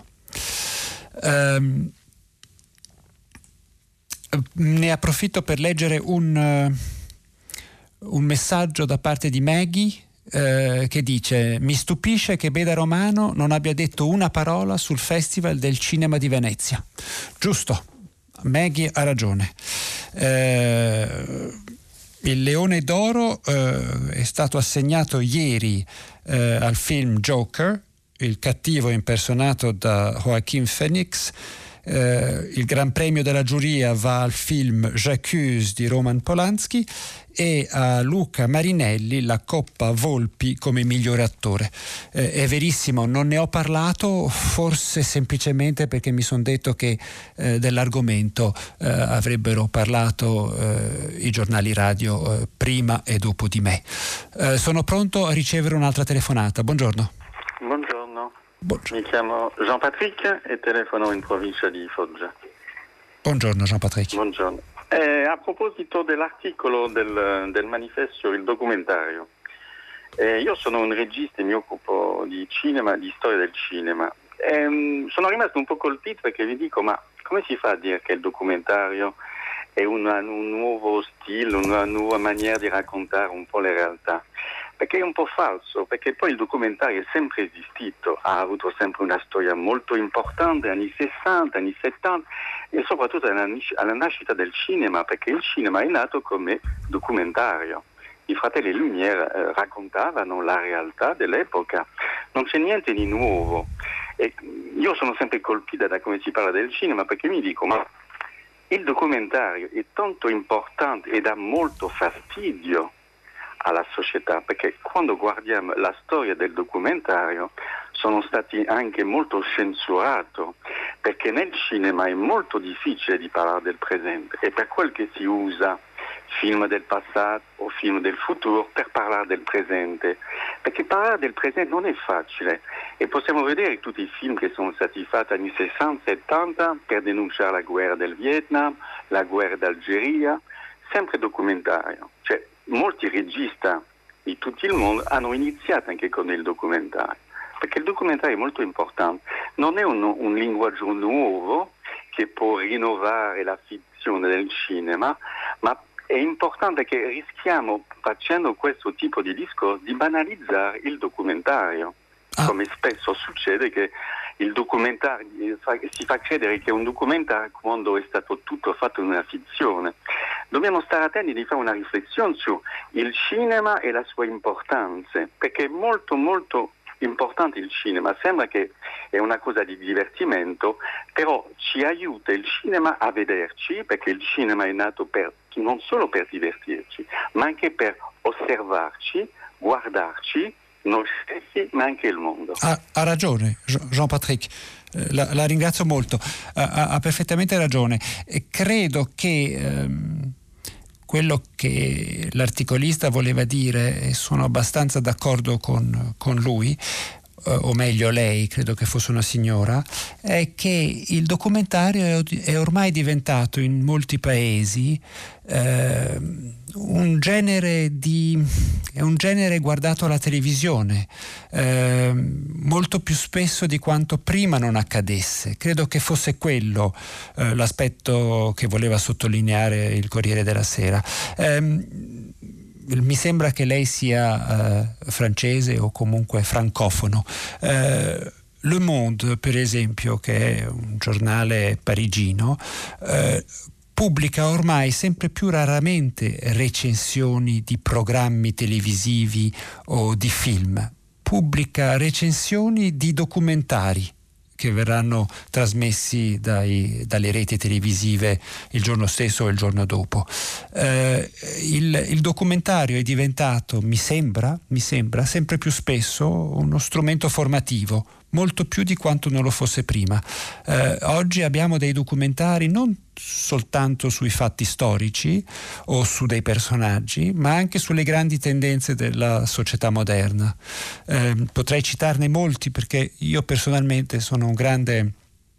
[SPEAKER 2] Um, ne approfitto per leggere un, uh, un messaggio da parte di Maggie eh, che dice: mi stupisce che Beda Romano non abbia detto una parola sul Festival del Cinema di Venezia. Giusto, Maggie ha ragione. Eh, il Leone d'Oro eh, è stato assegnato ieri eh, al film Joker, il cattivo impersonato da Joaquin Phoenix. Eh, il Gran Premio della giuria va al film J'accuse di Roman Polanski e a Luca Marinelli la Coppa Volpi come migliore attore. Eh, è verissimo, non ne ho parlato, forse semplicemente perché mi sono detto che eh, dell'argomento eh, avrebbero parlato eh, i giornali radio eh, prima e dopo di me. Eh, sono pronto a ricevere un'altra telefonata. Buongiorno.
[SPEAKER 9] Buongiorno.
[SPEAKER 2] Buongiorno.
[SPEAKER 9] Mi chiamo Jean-Patrick e telefono in provincia di Foggia.
[SPEAKER 2] Buongiorno Jean-Patrick.
[SPEAKER 9] Buongiorno. Eh, a proposito dell'articolo del, del manifesto, il documentario, eh, io sono un regista e mi occupo di cinema, di storia del cinema. Eh, sono rimasto un po' colpito perché vi dico, ma come si fa a dire che il documentario è una, un nuovo stile, una nuova maniera di raccontare un po' le realtà? Perché è un po' falso, perché poi il documentario è sempre esistito, ha avuto sempre una storia molto importante, anni sessanta, anni settanta e soprattutto alla, alla nascita del cinema, perché il cinema è nato come documentario. I fratelli Lumière eh, raccontavano la realtà dell'epoca, non c'è niente di nuovo. E io sono sempre colpita da come si parla del cinema, perché mi dico, ma il documentario è tanto importante e dà molto fastidio alla società, perché quando guardiamo la storia del documentario sono stati anche molto censurati, perché nel cinema è molto difficile di parlare del presente e per quel che si usa film del passato o film del futuro per parlare del presente, perché parlare del presente non è facile e possiamo vedere tutti i film che sono stati fatti negli anni sessanta settanta per denunciare la guerra del Vietnam, la guerra d'Algeria. sempre documentario. Cioè, molti registi di tutto il mondo hanno iniziato anche con il documentario, perché il documentario è molto importante. Non è un, un linguaggio nuovo che può rinnovare la fizione del cinema, ma è importante che rischiamo, facendo questo tipo di discorso, di banalizzare il documentario. Ah. Come spesso succede che il documentario si fa credere che è un documentario quando è stato tutto fatto in una fizione. Dobbiamo stare attenti di fare una riflessione su il cinema e la sua importanza, perché è molto molto importante il cinema. Sembra che è una cosa di divertimento, però ci aiuta il cinema a vederci, perché il cinema è nato per, non solo per divertirci, ma anche per osservarci, guardarci, noi stessi, ma anche il mondo.
[SPEAKER 2] Ha, ha ragione Jean-Patrick, la, la ringrazio molto, ha, ha perfettamente ragione. E credo che ehm, quello che l'articolista voleva dire, e sono abbastanza d'accordo con, con lui, o meglio lei, credo che fosse una signora, è che il documentario è ormai diventato in molti paesi eh, un genere di è un genere guardato alla televisione eh, molto più spesso di quanto prima non accadesse. Credo che fosse quello eh, l'aspetto che voleva sottolineare il Corriere della Sera. Eh, mi sembra che lei sia eh, francese o comunque francofono. Eh, Le Monde, per esempio, che è un giornale parigino, eh, pubblica ormai sempre più raramente recensioni di programmi televisivi o di film. Pubblica recensioni di documentari che verranno trasmessi dai, dalle reti televisive il giorno stesso o il giorno dopo. Eh, il, il documentario è diventato, mi sembra, mi sembra, sempre più spesso uno strumento formativo, molto più di quanto non lo fosse prima. Eh, oggi abbiamo dei documentari non soltanto sui fatti storici o su dei personaggi, ma anche sulle grandi tendenze della società moderna. Eh, potrei citarne molti, perché io personalmente sono un grande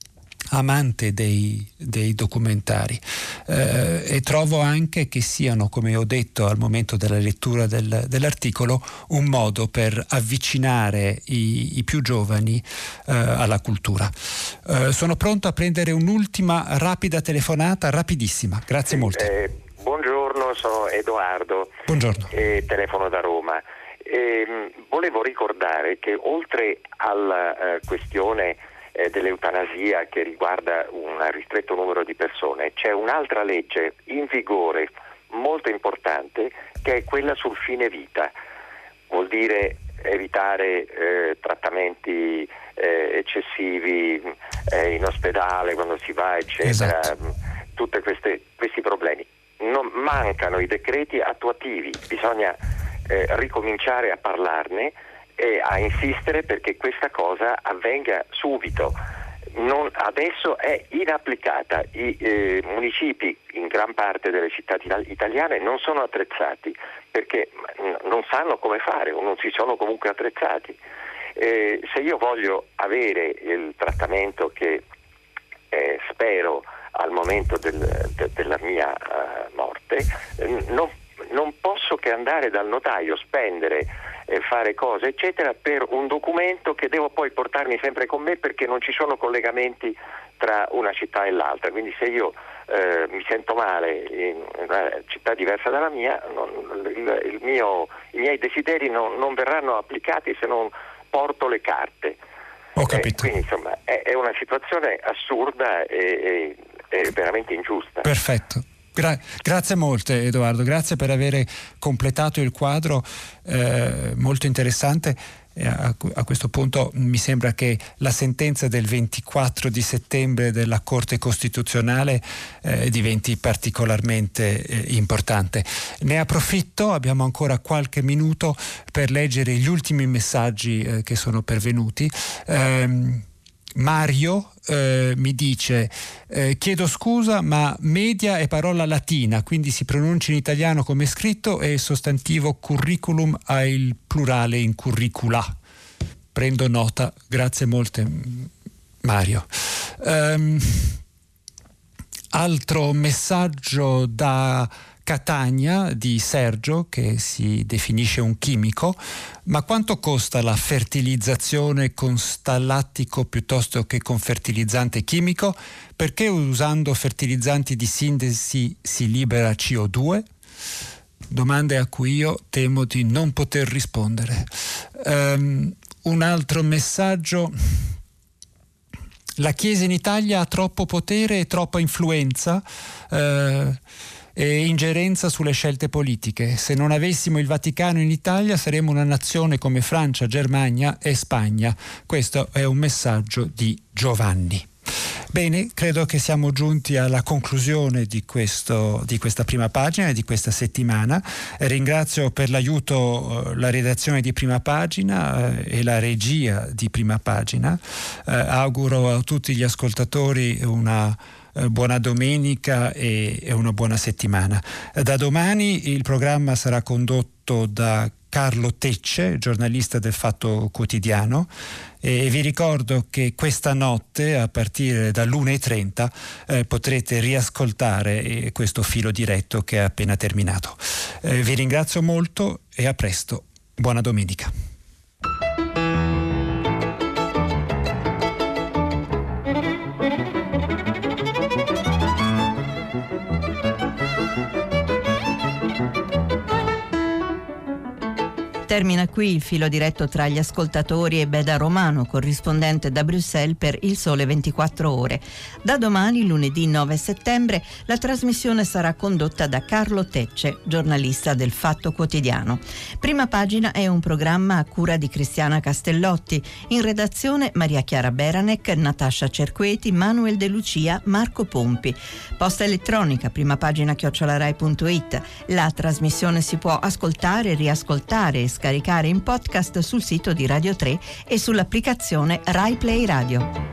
[SPEAKER 2] amante dei, dei documentari eh, e trovo anche che siano, come ho detto al momento della lettura del, dell'articolo, un modo per avvicinare i, i più giovani eh, alla cultura. Eh, sono pronto a prendere un'ultima rapida telefonata, rapidissima. Grazie
[SPEAKER 10] sì,
[SPEAKER 2] molto.
[SPEAKER 10] Eh, buongiorno, sono Edoardo.
[SPEAKER 2] Buongiorno.
[SPEAKER 10] E telefono da Roma. E, volevo ricordare che oltre alla uh, questione dell'eutanasia che riguarda un ristretto numero di persone, c'è un'altra legge in vigore molto importante che è quella sul fine vita. Vuol dire evitare eh, trattamenti eh, eccessivi eh, in ospedale quando si va, eccetera. Esatto. Tutti questi problemi. Non mancano i decreti attuativi, bisogna eh, ricominciare a parlarne e a insistere perché questa cosa avvenga subito. Non, adesso è inapplicata. I eh, municipi in gran parte delle città italiane non sono attrezzati perché non sanno come fare o non si sono comunque attrezzati. Eh, se io voglio avere il trattamento che eh, spero al momento del, de, della mia uh, morte, eh, non, non posso che andare dal notaio, spendere, fare cose eccetera per un documento che devo poi portarmi sempre con me perché non ci sono collegamenti tra una città e l'altra. Quindi se io eh, mi sento male in una città diversa dalla mia, non, il, il mio, i miei desideri non, non verranno applicati se non porto le carte.
[SPEAKER 2] Ho capito.
[SPEAKER 10] Eh, quindi insomma è, è una situazione assurda e, e, e veramente ingiusta.
[SPEAKER 2] Perfetto. Gra- grazie molte Edoardo, grazie per aver completato il quadro eh, molto interessante. A, a questo punto mi sembra che la sentenza del ventiquattro di settembre della Corte Costituzionale eh, diventi particolarmente eh, importante. Ne approfitto, abbiamo ancora qualche minuto per leggere gli ultimi messaggi eh, che sono pervenuti. Eh, Mario eh, mi dice eh, chiedo scusa ma media è parola latina, quindi si pronuncia in italiano come scritto e il sostantivo curriculum ha il plurale in curricula. Prendo nota, grazie molte Mario. Um, altro messaggio da Catania di Sergio, che si definisce un chimico. Ma quanto costa la fertilizzazione con stallattico piuttosto che con fertilizzante chimico? Perché usando fertilizzanti di sintesi si libera C O due? Domande a cui io temo di non poter rispondere. Um, un altro messaggio: la Chiesa in Italia ha troppo potere e troppa influenza uh, e ingerenza sulle scelte politiche. Se non avessimo il Vaticano in Italia saremmo una nazione come Francia, Germania e Spagna. Questo è un messaggio di Giovanni. Bene, credo che siamo giunti alla conclusione di, questo, di questa prima pagina e di questa settimana. Ringrazio per l'aiuto la redazione di Prima Pagina eh, e la regia di Prima Pagina. Eh, auguro a tutti gli ascoltatori una eh, buona domenica e, e una buona settimana. Da domani il programma sarà condotto da Carlo Tecce, giornalista del Fatto Quotidiano, e vi ricordo che questa notte a partire dall'una e trenta eh, potrete riascoltare eh, questo filo diretto che è appena terminato. Eh, vi ringrazio molto e a presto. Buona domenica.
[SPEAKER 1] Termina qui il filo diretto tra gli ascoltatori e Beda Romano, corrispondente da Bruxelles per Il Sole ventiquattro Ore. Da domani, lunedì nove settembre, la trasmissione sarà condotta da Carlo Tecce, giornalista del Fatto Quotidiano. Prima Pagina è un programma a cura di Cristiana Castellotti. In redazione Maria Chiara Beranec, Natascia Cerqueti, Manuel De Lucia, Marco Pompi. Posta elettronica primapagina chiocciola rai punto it. La trasmissione si può ascoltare, riascoltare e scaricare in podcast sul sito di Radio tre e sull'applicazione Rai Play Radio.